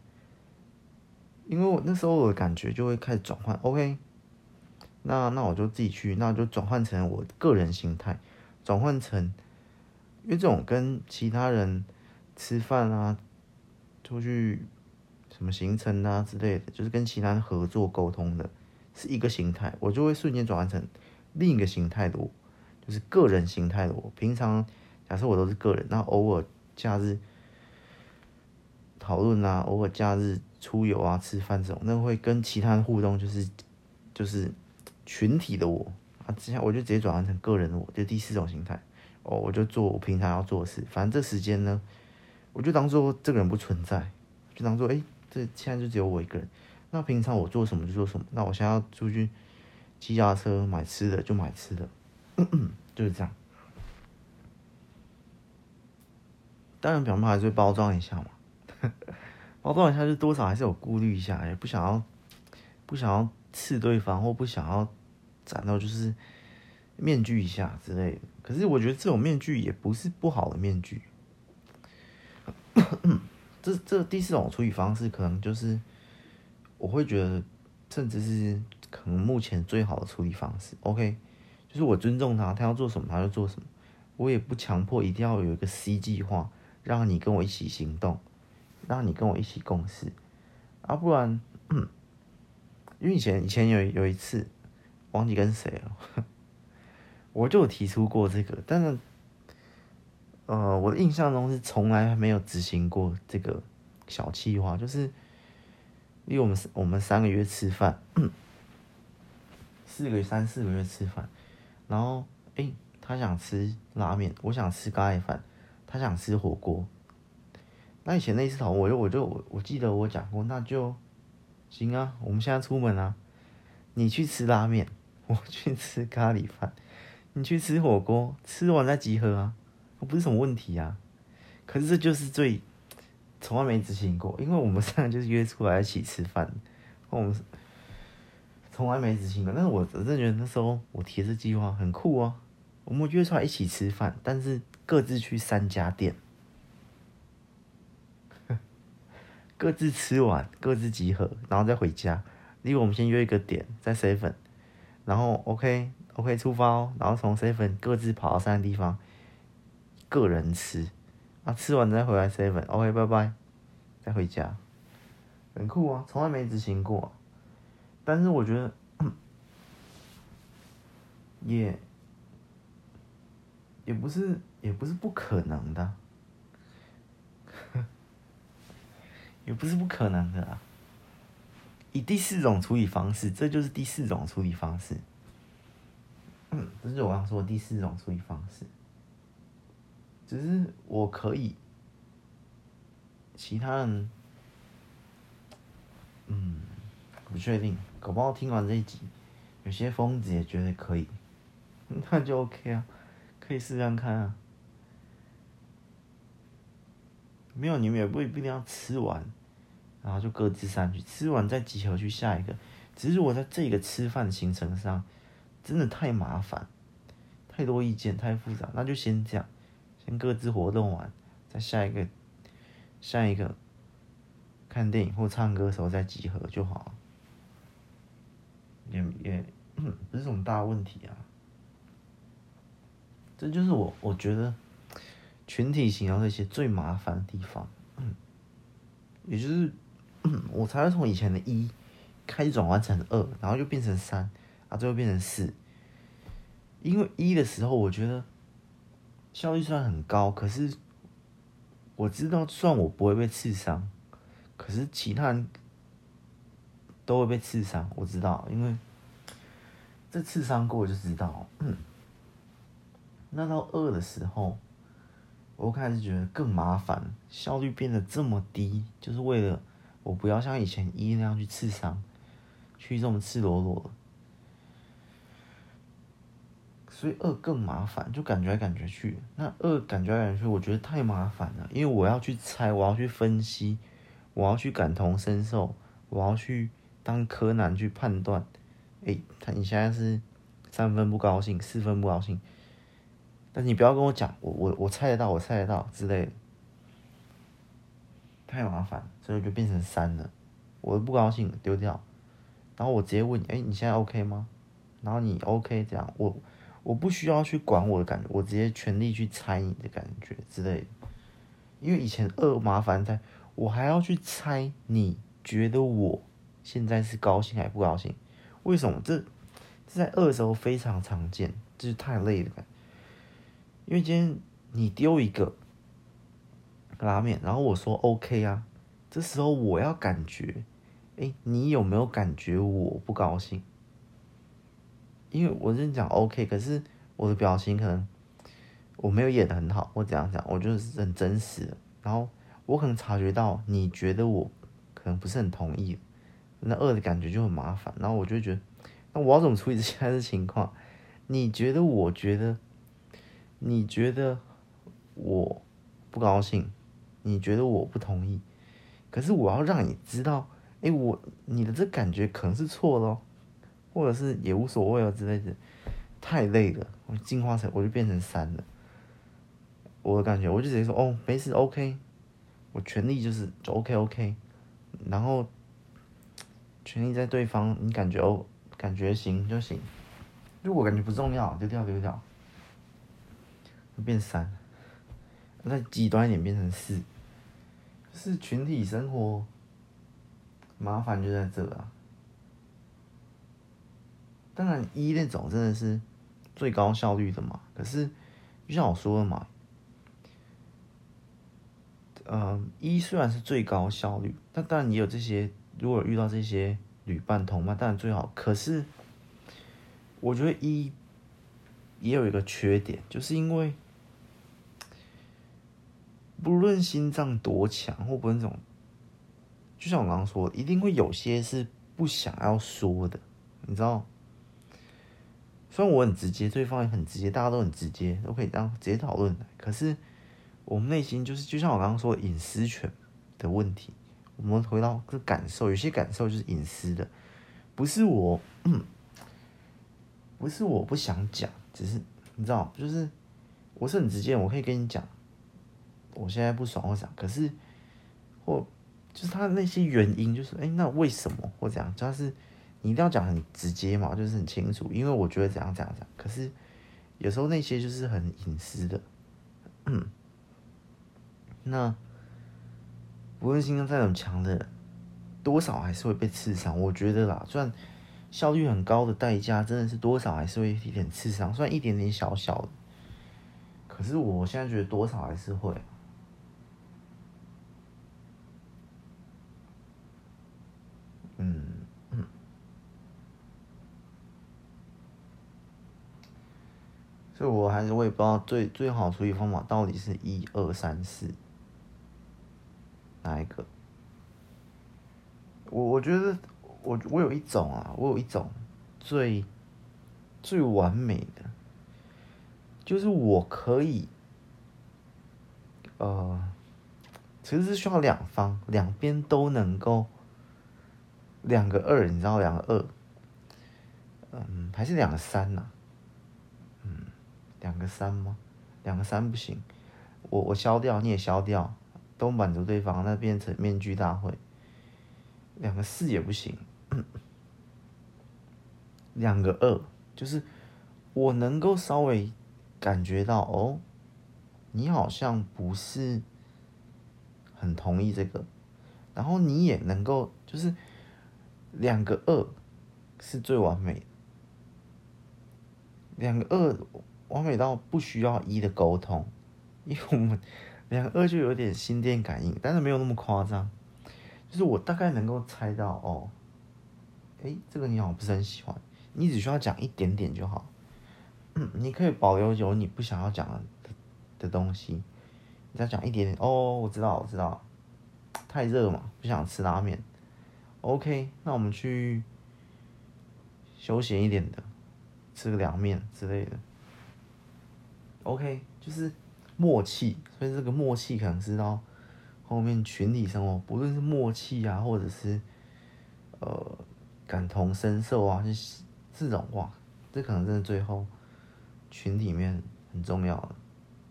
因为我那时候我的感觉就会开始转换 ，OK， 那那我就自己去，那就转换成我个人心态，转换成，因为这种跟其他人吃饭啊，出去什么行程啊之类的，就是跟其他人合作沟通的，是一个形态，我就会瞬间转换成另一个形态的我，就是个人形态的我。平常假设我都是个人，那偶尔假日讨论啊，偶尔假日出游啊、吃饭这种，那会跟其他人互动，就是就是群体的我啊，之下我就直接转换成个人的我，就第四种形态。哦，我就做我平常要做的事，反正这时间呢，我就当做这个人不存在，就当做哎、欸，这现在就只有我一个人。那平常我做什么就做什么，那我现在要出去骑脚踏车买吃的就买吃的，就是这样。当然表面还是会包装一下嘛，包装一下就多少还是有顾虑一下，也不想要不想要刺对方，或不想要展到就是面具一下之类的。可是我觉得这种面具也不是不好的面具。这这第四种处理方式可能就是我会觉得，甚至是可能目前最好的处理方式。OK， 就是我尊重他，他要做什么他就做什么，我也不强迫一定要有一个 C 计划，让你跟我一起行动，让你跟我一起共事啊，不然，嗯、因为以前以前有有一次忘记跟谁了，我就有提出过这个，但是呃，我的印象中是从来没有执行过这个小计划，就是因为我们我们三个月吃饭，四个月三四个月吃饭，然后哎、欸，他想吃拉面，我想吃咖喱饭，他想吃火锅。那以前那一次讨论，我就我就我我记得我讲过，那就行啊，我们现在出门啊，你去吃拉面，我去吃咖喱饭，你去吃火锅，吃完再集合啊，不是什么问题啊。可是这就是最从来没执行过，因为我们三个就是约出来一起吃饭，我们从来没执行过。但是我真的觉得那时候我提这计划很酷啊，我们约出来一起吃饭，但是各自去三家店，各自吃完，各自集合，然后再回家。例如我们先约一个点在 seven， 然后 OK OK 出发哦，然后从 seven 各自跑到三个地方，个人吃，啊吃完再回来 seven OK 拜拜，再回家，很酷啊，从来没执行过啊。但是我觉得也也不是也不是不可能的，也不是不可能的啊。以第四种处理方式，这就是第四种处理方式。嗯，这是我刚说的第四种处理方式。只是我可以，其他人，嗯，不确定。搞不好听完这一集，有些疯子也觉得可以，那就 OK 啊，可以试试看啊。没有，你们也不一定要吃完，然后就各自散去，吃完再集合去下一个。只是我在这个吃饭行程上，真的太麻烦，太多意见，太复杂，那就先这样，先各自活动完，再下一个，下一个看电影或唱歌的时候再集合就好了，也也不是什么大问题啊。这就是我我觉得群体型要这些最麻烦的地方，嗯，也就是、嗯、我才会从以前的一开始转换成二，然后又变成三，啊，最后变成四。因为一的时候，我觉得效率虽然很高，可是我知道，虽然我不会被刺伤，可是其他人都会被刺伤。我知道，因为这刺伤过就知道，嗯， 那到二的时候，我开始觉得更麻烦，效率变得这么低，就是为了我不要像以前一那样去刺伤，去这么赤裸裸的。所以二更麻烦，就感觉来感觉去。那二感觉来感觉去，我觉得太麻烦了，因为我要去猜，我要去分析，我要去感同身受，我要去当柯南去判断。哎、欸，他你现在是三分不高兴，四分不高兴，但你不要跟我讲，我我我猜得到，我猜得到之类的，太麻烦，所以就变成三了。我不高兴丢掉，然后我直接问你，哎、欸，你现在 OK 吗？然后你 OK 这样，我我不需要去管我的感觉，我直接全力去猜你的感觉之类的。因为以前二麻烦在，我还要去猜你觉得我现在是高兴还不高兴？为什么？这这在二的时候非常常见，就是太累了。因为今天你丢一个拉面，然后我说 OK 啊，这时候我要感觉，哎，你有没有感觉我不高兴？因为我是讲 OK，可是我的表情可能我没有演得很好，我怎样讲，我就是很真实的。然后我可能察觉到你觉得我可能不是很同意，那二的感觉就很麻烦。然后我就会觉得，那我要怎么处理现在的情况？你觉得，我觉得，你觉得我不高兴，你觉得我不同意，可是我要让你知道，哎，我你的这感觉可能是错的哦。或者是也无所谓了之类的，太累了，我进化成我就变成三了。我的感觉，我就直接说哦，没事 ，OK，我全力就是就 OK OK，然后全力在对方，你感觉哦，感觉行就行，如果感觉不重要，丢掉丢掉，就变三，再极端一点变成四，就是群体生活麻烦就在这啊。当然一那种真的是最高效率的嘛，可是就像我说的嘛，呃，一虽然是最高效率，但当然也有这些，如果遇到这些旅伴同伴，当然最好。可是我觉得一也有一个缺点，就是因为不论心脏多强，或不论这种，就像我刚刚说的，一定会有些是不想要说的，你知道。虽然我很直接，对方也很直接，大家都很直接，都可以这样直接讨论的。可是我们内心就是，就像我刚刚说的隐私权的问题，我们回到这感受，有些感受就是隐私的，不是我，嗯，不是我不想讲，只是你知道，就是我是很直接，我可以跟你讲，我现在不爽或啥，可是或就是他的那些原因，就是哎、欸，那为什么或这样，就是你一定要讲很直接嘛，就是很清楚，因为我觉得怎样怎样怎样。可是有时候那些就是很隐私的，嗯，那不论心脏再怎么强的人，多少还是会被刺伤。我觉得啦，虽然效率很高的代价，真的是多少还是会一点刺伤，虽然一点点小小的，可是我现在觉得多少还是会。嗯嗯。所以我还是我也不知道最最好处理方法到底是一二三四哪一个。我我觉得我我有一种啊，我有一种最最完美的，就是我可以呃，其实是需要两方两边都能够两个二，你知道两个二，嗯，还是两个三呐、啊？嗯，两个三吗？两个三不行，我我消掉，你也消掉，都满足对方，那变成面具大会。两个四也不行，两个二就是我能够稍微感觉到哦，你好像不是很同意这个，然后你也能够就是两个二是最完美的，两个二完美到不需要一的沟通，因为我们两个二就有点心电感应，但是没有那么夸张，就是我大概能够猜到哦，哎，这个你好像不是很喜欢，你只需要讲一点点就好。 你可以保留有你不想要讲的的东西，你再讲一点点。哦，我知道，我知道，太热嘛，不想吃拉面。OK， 那我们去休闲一点的，吃个凉面之类的。OK， 就是默契，所以这个默契可能是到后面群体生活，不论是默契啊，或者是呃感同身受啊，就是这种哇，这可能真的最后群体里面很重要的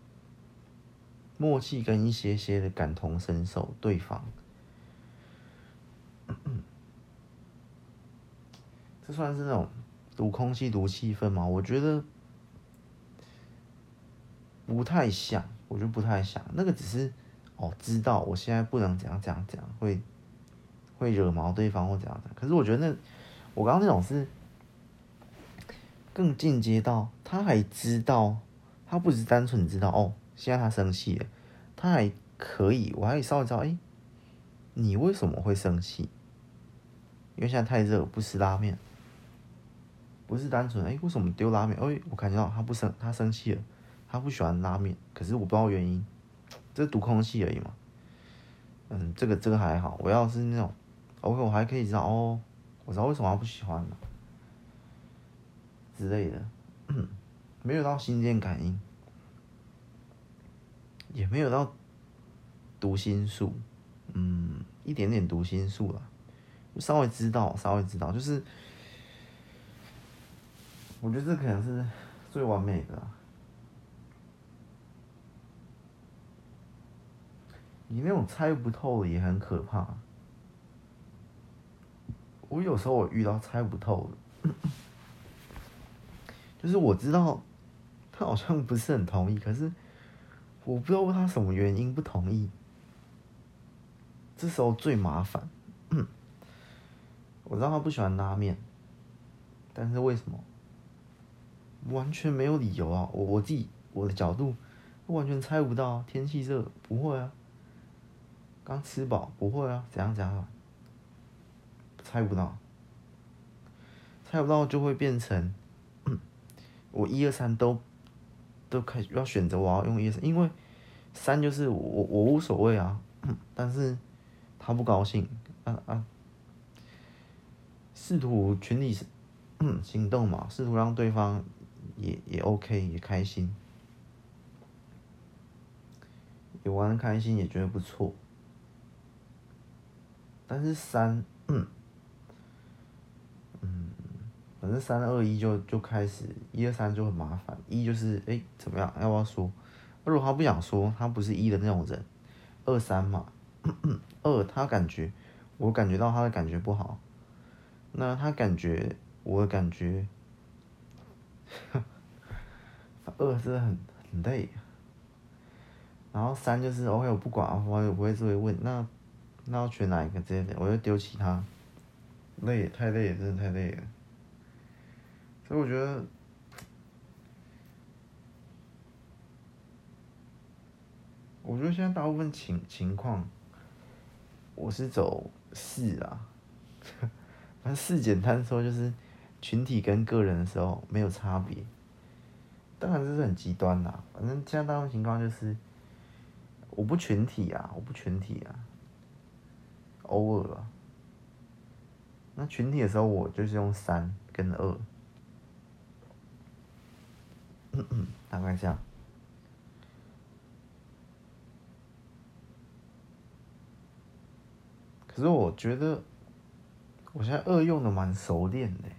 默契跟一些些的感同身受对方。这算是那种读空气、读气氛吗？我觉得不太像，我觉得不太像。那个只是哦，知道我现在不能怎样怎样怎样，会会惹毛对方或怎样怎样。可是我觉得那我刚刚那种是更进阶到，他还知道，他不只是单纯知道哦，现在他生气了，他还可以，我还可以稍微知道，哎、欸，你为什么会生气？因为现在太热，不吃拉面。不是单纯哎、欸，为什么丢拉面？哎、欸，我感觉到他不生，他生气了，他不喜欢拉面，可是我不知道原因，这是读空气而已嘛。嗯，这个这个还好，我要是那种 OK， 我还可以知道哦，我知道为什么他不喜欢了之类的，嗯，没有到心电感应，也没有到读心术，嗯，一点点读心术啦，稍微知道，稍微知道，就是。我觉得这可能是最完美的、啊。你那种猜不透的也很可怕。我有时候我遇到猜不透的，就是我知道他好像不是很同意，可是我不知道他什么原因不同意。这时候最麻烦。我知道他不喜欢拉面，但是为什么？完全没有理由啊！我我自己我的角度，完全猜不到、啊。天气热不会啊，刚吃饱不会啊，怎样怎样，猜不到，猜不到就会变成，我一二三都都开始要选择我要用一二三，因为三就是我我无所谓啊，但是他不高兴啊啊，试图群体行动嘛，试图让对方也也 OK 也开心，也玩得开心，也觉得不错。但是三，嗯，嗯，反正三二一就就开始，一二三就很麻烦。一就是哎、欸、怎么样，要不要说？如果他不想说，他不是一的那种人。二三嘛，二他感觉，我感觉到他的感觉不好，那他感觉我的感觉，二真的很很累。然后三就是 OK， 我不管，我也不会自己问，那那要选哪一个之类的，我就丢其他。累，太累了，真的太累了。所以我觉得，我觉得现在大部分情情况，我是走四啊。反正四简单说就是群体跟个人的时候没有差别。当然这是很极端啦，反正现在大部分情况就是我不群体啊，我不群体啊，偶尔啊。那群体的时候我就是用三跟二，大概这样。可是我觉得我现在二用的蛮熟练的。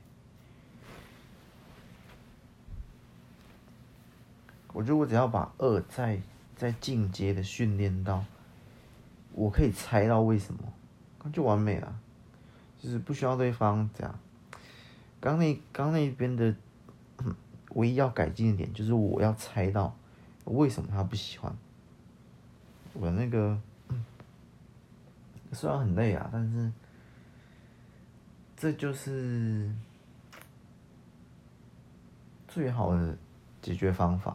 我觉得我只要把二再再进阶的训练到，我可以猜到为什么，那就完美了。就是不需要对方这样。刚那刚那边的唯一要改进的点，就是我要猜到为什么他不喜欢。我那个虽然很累啊，但是这就是最好的解决方法。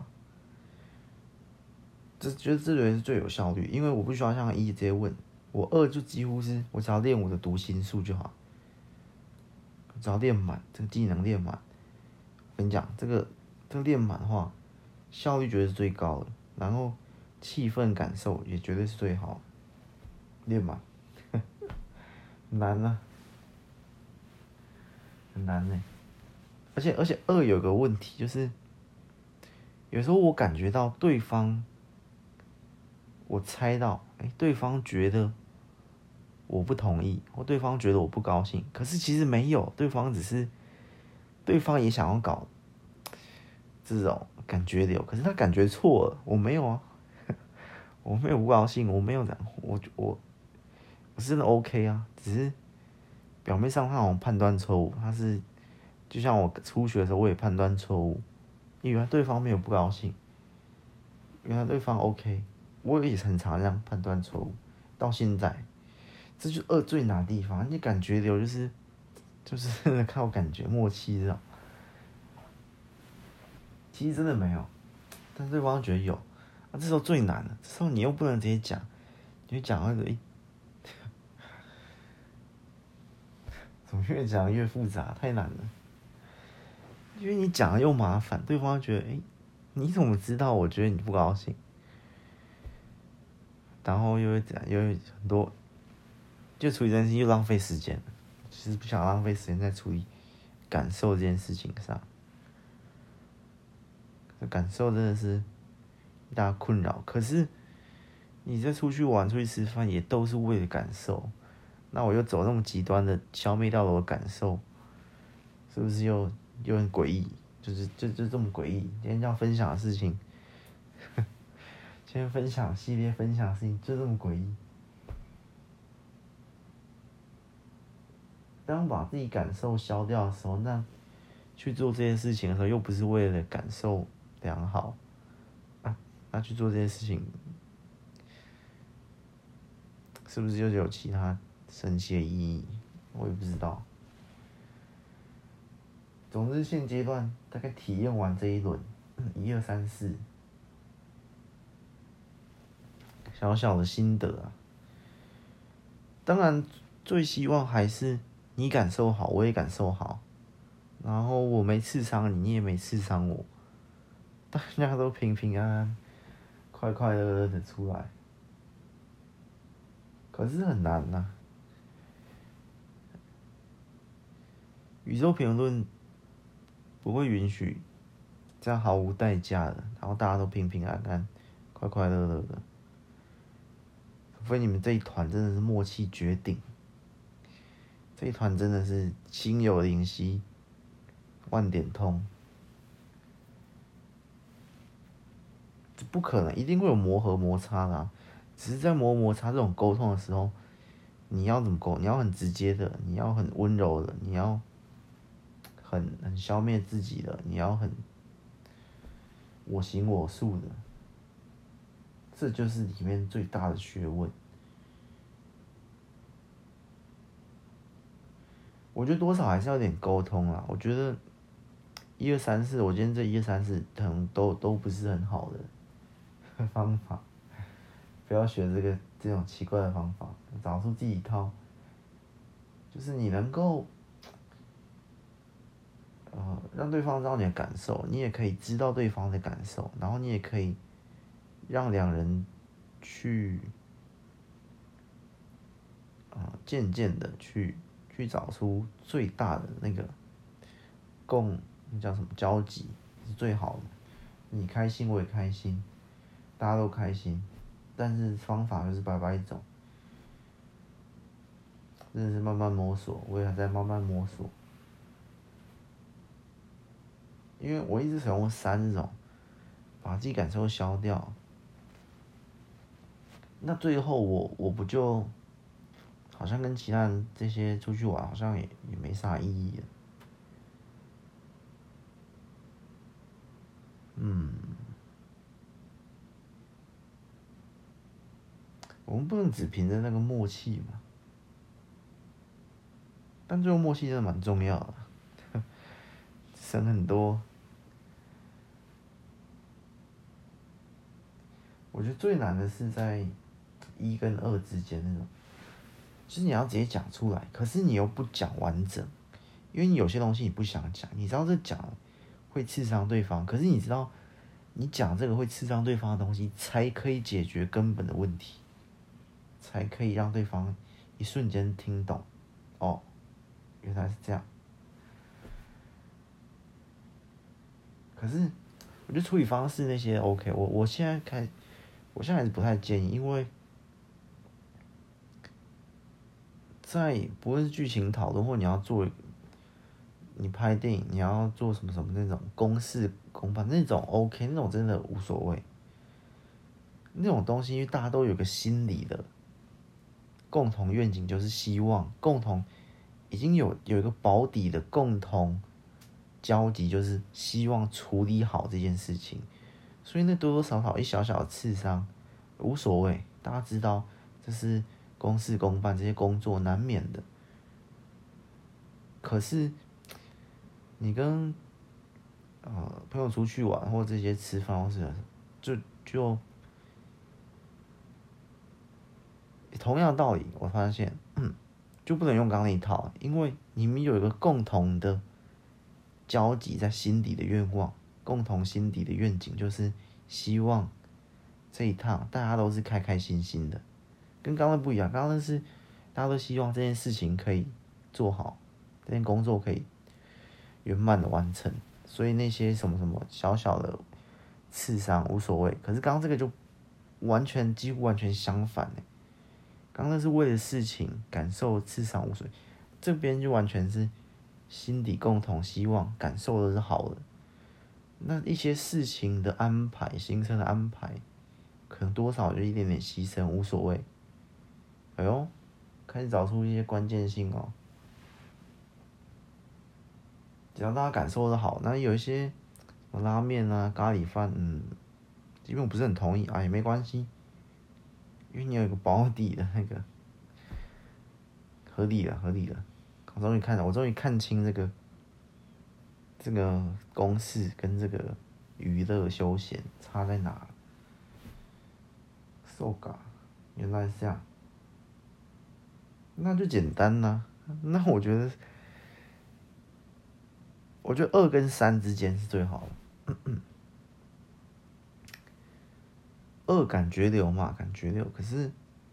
这觉得这人是最有效率，因为我不需要像一直接问，我二就几乎是我只要练我的读心术就好，只要练满这个技能练满。我跟你讲，这个这练满的话，效率绝对是最高的，然后气氛感受也绝对是最好的。练满，难啊，很难呢。而且而且二有个问题就是，有时候我感觉到对方，我猜到，哎、欸，对方觉得我不同意，或对方觉得我不高兴，可是其实没有，对方只是，对方也想要搞这种感觉流，可是他感觉错了，我没有啊，我没有不高兴，我没有这样，我我我是真的 OK 啊，只是表面上他好像判断错误，他是就像我初学的时候，我也判断错误，因为对方没有不高兴，原来对方 OK， 我也很常这样判断错误，到现在，这就是二最难的地方，你感觉流就是就是靠感觉默契这种，其实真的没有，但对方觉得有，啊，这时候最难了，这时候你又不能直接讲，你就讲那个，欸，怎么越讲越复杂，太难了，因为你讲了又麻烦，对方觉得，哎，欸，你怎么知道？我觉得你不高兴，然后又会讲，又会很多，就处理这件事情又浪费时间了，其实不想浪费时间在处理感受这件事情上。感受真的是一大困扰，可是你在出去玩、出去吃饭也都是为了感受，那我又走那么极端的消灭掉了我的感受，是不是又又很诡异？就是就就这么诡异。今天要分享的事情，今天分享系列分享的事情就这么诡异。当把自己感受消掉的时候，那去做这件事情的时候，又不是为了感受良好，啊，那去做这件事情，是不是就有其他神奇的意义？我也不知道。总之，现阶段大概体验完这一轮，一二三四，小小的心得啊。当然，最希望还是你感受好，我也感受好，然后我没刺伤你，你也没刺伤我，大家都平平安安、快快乐乐的出来。可是很难呐、啊，宇宙评论不会允许这样毫无代价的，然后大家都平平安安、快快乐乐的，除非你们这一团真的是默契绝顶，这一团真的是心有灵犀、万点通，这不可能，一定会有磨合摩擦的、啊。只是在磨摩擦这种沟通的时候，你要怎么沟？你要很直接的，你要很温柔的，你要很很消灭自己的，你要很我行我素的，这就是里面最大的学问。我觉得多少还是要有点沟通啊。我觉得一二三四，我今天这一二三四可能都都不是很好的方法。不要学这个这种奇怪的方法，找出自己一套，就是你能够，呃，让对方知道你的感受，你也可以知道对方的感受，然后你也可以让两人去，啊、呃，渐渐的去去找出最大的那个共，那叫什么交集是最好的，你开心我也开心，大家都开心。但是方法就是百百种，真的是慢慢摸索，我也还在慢慢摸索。因为我一直想用三种，把自己感受消掉，那最后我我不就，好像跟其他人这些出去玩，好像也也没啥意义了。嗯。我们不能只凭着那个默契嘛，但最后默契真的蛮重要的，省很多。我觉得最难的是在一跟二之间那种，就是你要直接讲出来，可是你又不讲完整，因为你有些东西你不想讲，你知道这讲会刺伤对方，可是你知道，你讲这个会刺伤对方的东西，才可以解决根本的问题，才可以让对方一瞬间听懂，哦，原来是这样。可是，我觉得处理方式那些 OK， 我我现在开，我现在还是不太建议，因为在不论是剧情讨论，或你要做，你拍电影你要做什么什么那种公事公办那种 OK， 那种真的无所谓。那种东西，因为大家都有个心理的共同愿景，就是希望共同已经有有一个保底的共同交集，就是希望处理好这件事情。所以那多多少少一小小的刺伤无所谓，大家知道这是公事公办，这些工作难免的。可是你跟呃朋友出去玩，或这些吃饭，或是就就同样的道理，我发现，嗯，就不能用刚刚那一套，因为你们有一个共同的交集在心底的愿望，共同心底的愿景，就是希望这一趟大家都是开开心心的，跟刚刚不一样。刚刚是大家都希望这件事情可以做好，这件工作可以圆满的完成，所以那些什么什么小小的刺伤无所谓。可是刚刚这个就完全几乎完全相反欸。刚刚是为了事情感受刺伤无所谓，这边就完全是心底共同希望感受的是好的。那一些事情的安排，行程的安排，可能多少就一点点牺牲无所谓。哎呦，开始找出一些关键性哦。只要大家感受的好，那有一些拉面啊、咖喱饭，嗯，因为我不是很同意啊，也没关系。因为你有一个保底的那个，合理了，合理了。我终于看了，我终于看清这个这个公式跟这个娱乐休闲差在哪了。So ga， 原来是这样，那就简单啦。那我觉得，我觉得二跟三之间是最好的。二感觉流嘛，感觉流。可是，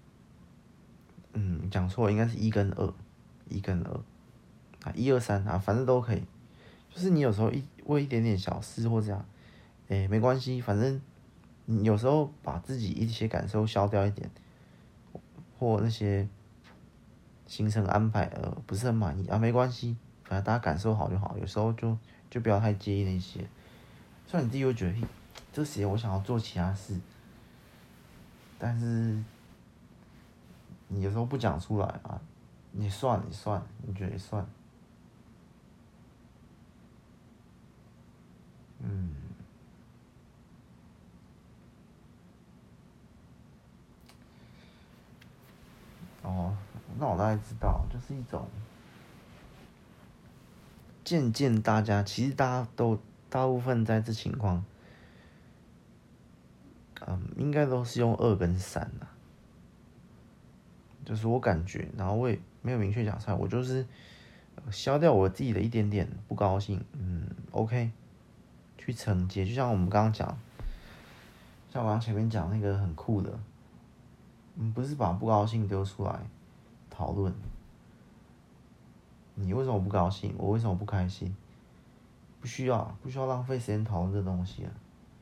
嗯，讲错了，应该是一跟二，一跟二，啊，一二三啊，反正都可以。就是你有时候一为一点点小事或这样，哎、欸，没关系，反正你有时候把自己一些感受消掉一点，或那些行程安排呃不是很满意啊，没关系，反正大家感受好就好。有时候就就不要太介意那些，虽然你自己会觉得，嘿，这时间我想要做其他事。但是你有时候不讲出来啊，你算了，你算了，你觉得也算了，嗯，哦，那我大概知道，就是一种渐渐大家其实大家都大部分在这情况，嗯，应该都是用二跟三啊。就是我感觉，然后我也没有明确讲出来，我就是消掉我自己的一点点不高兴，嗯 ，OK， 去承接，就像我们刚刚讲，像我刚前面讲那个很酷的，嗯，不是把不高兴丢出来讨论，你为什么不高兴，我为什么不开心，不需要，不需要浪费时间讨论这东西啊，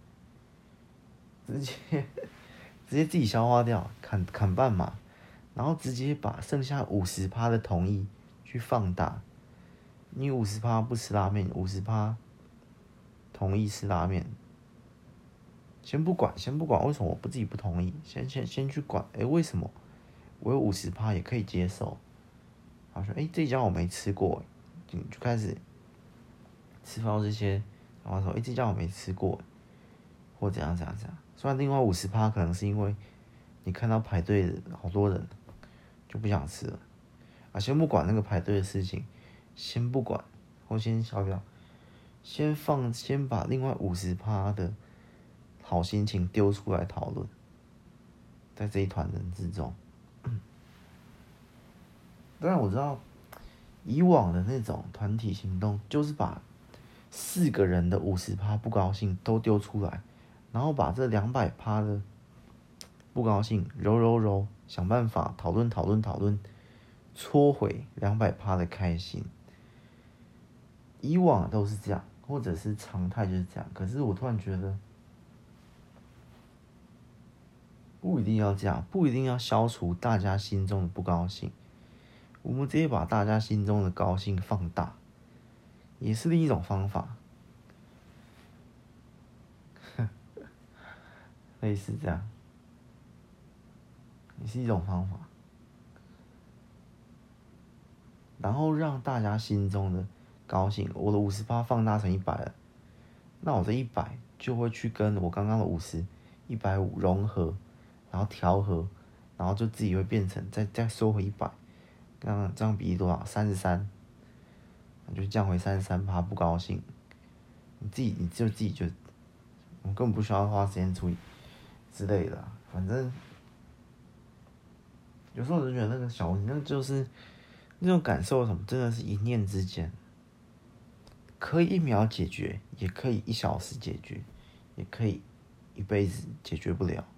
直接直接自己消化掉，砍砍半嘛。然后直接把剩下五十趴的同意去放大，你五十趴不吃拉面，五十趴同意吃拉面。先不管，先不管为什么我不自己不同意，先先先去管，哎，为什么我有五十趴也可以接受？然后说，哎，这家我没吃过，就就开始吃到这些，然后说，哎，这家我没吃过，或怎样怎样怎样。虽然另外五十趴可能是因为你看到排队的好多人。就不想吃了啊！先不管那个排队的事情，先不管，或先消掉，先放，先把另外五十趴的好心情丢出来讨论，在这一团人之中。当然我知道，以往的那种团体行动，就是把四个人的五十趴不高兴都丢出来，然后把这两百趴的不高兴揉揉揉，想办法讨论讨论讨论，戳回两百趴的开心。以往都是这样，或者是常态就是这样。可是我突然觉得，不一定要这样，不一定要消除大家心中的不高兴。我们直接把大家心中的高兴放大，也是另一种方法。类似这样，也是一种方法。然后让大家心中的高兴，我的五十趴放大成一百了，那我这一百就会去跟我刚刚的五十、一百五融合，然后调和，然后就自己会变成再再收回一百，这样这样比例多少？三十三，就降回三十三趴不高兴，你自己你就自己就，我根本不需要花时间处理之类的、啊，反正有时候我就觉得那个小问题，那就是那种感受什么，真的是一念之间。可以一秒解决，也可以一小时解决，也可以一辈子解决不了，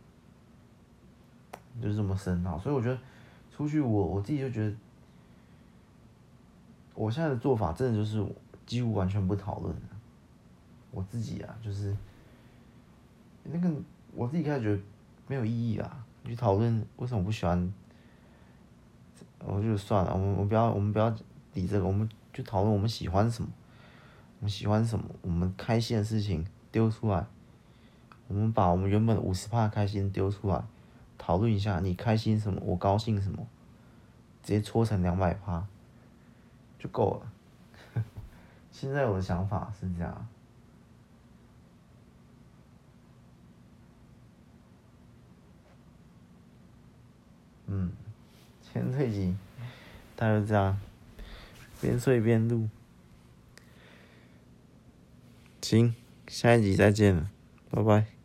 就是这么深奥。所以我觉得出去我我自己就觉得，我现在的做法真的就是几乎完全不讨论。我自己啊，就是那个我自己开始觉得没有意义啊，去讨论为什么不喜欢，我就算了，我们我们不要我们不要理这个，我们就讨论我们喜欢什么。我们喜欢什么？我们开心的事情丢出来，我们把我们原本五十趴开心丢出来，讨论一下你开心什么，我高兴什么，直接搓成两百趴就够了。现在我的想法是这样。嗯，今天这一集大概就这样，边睡边录。行，下一集再见了，拜拜。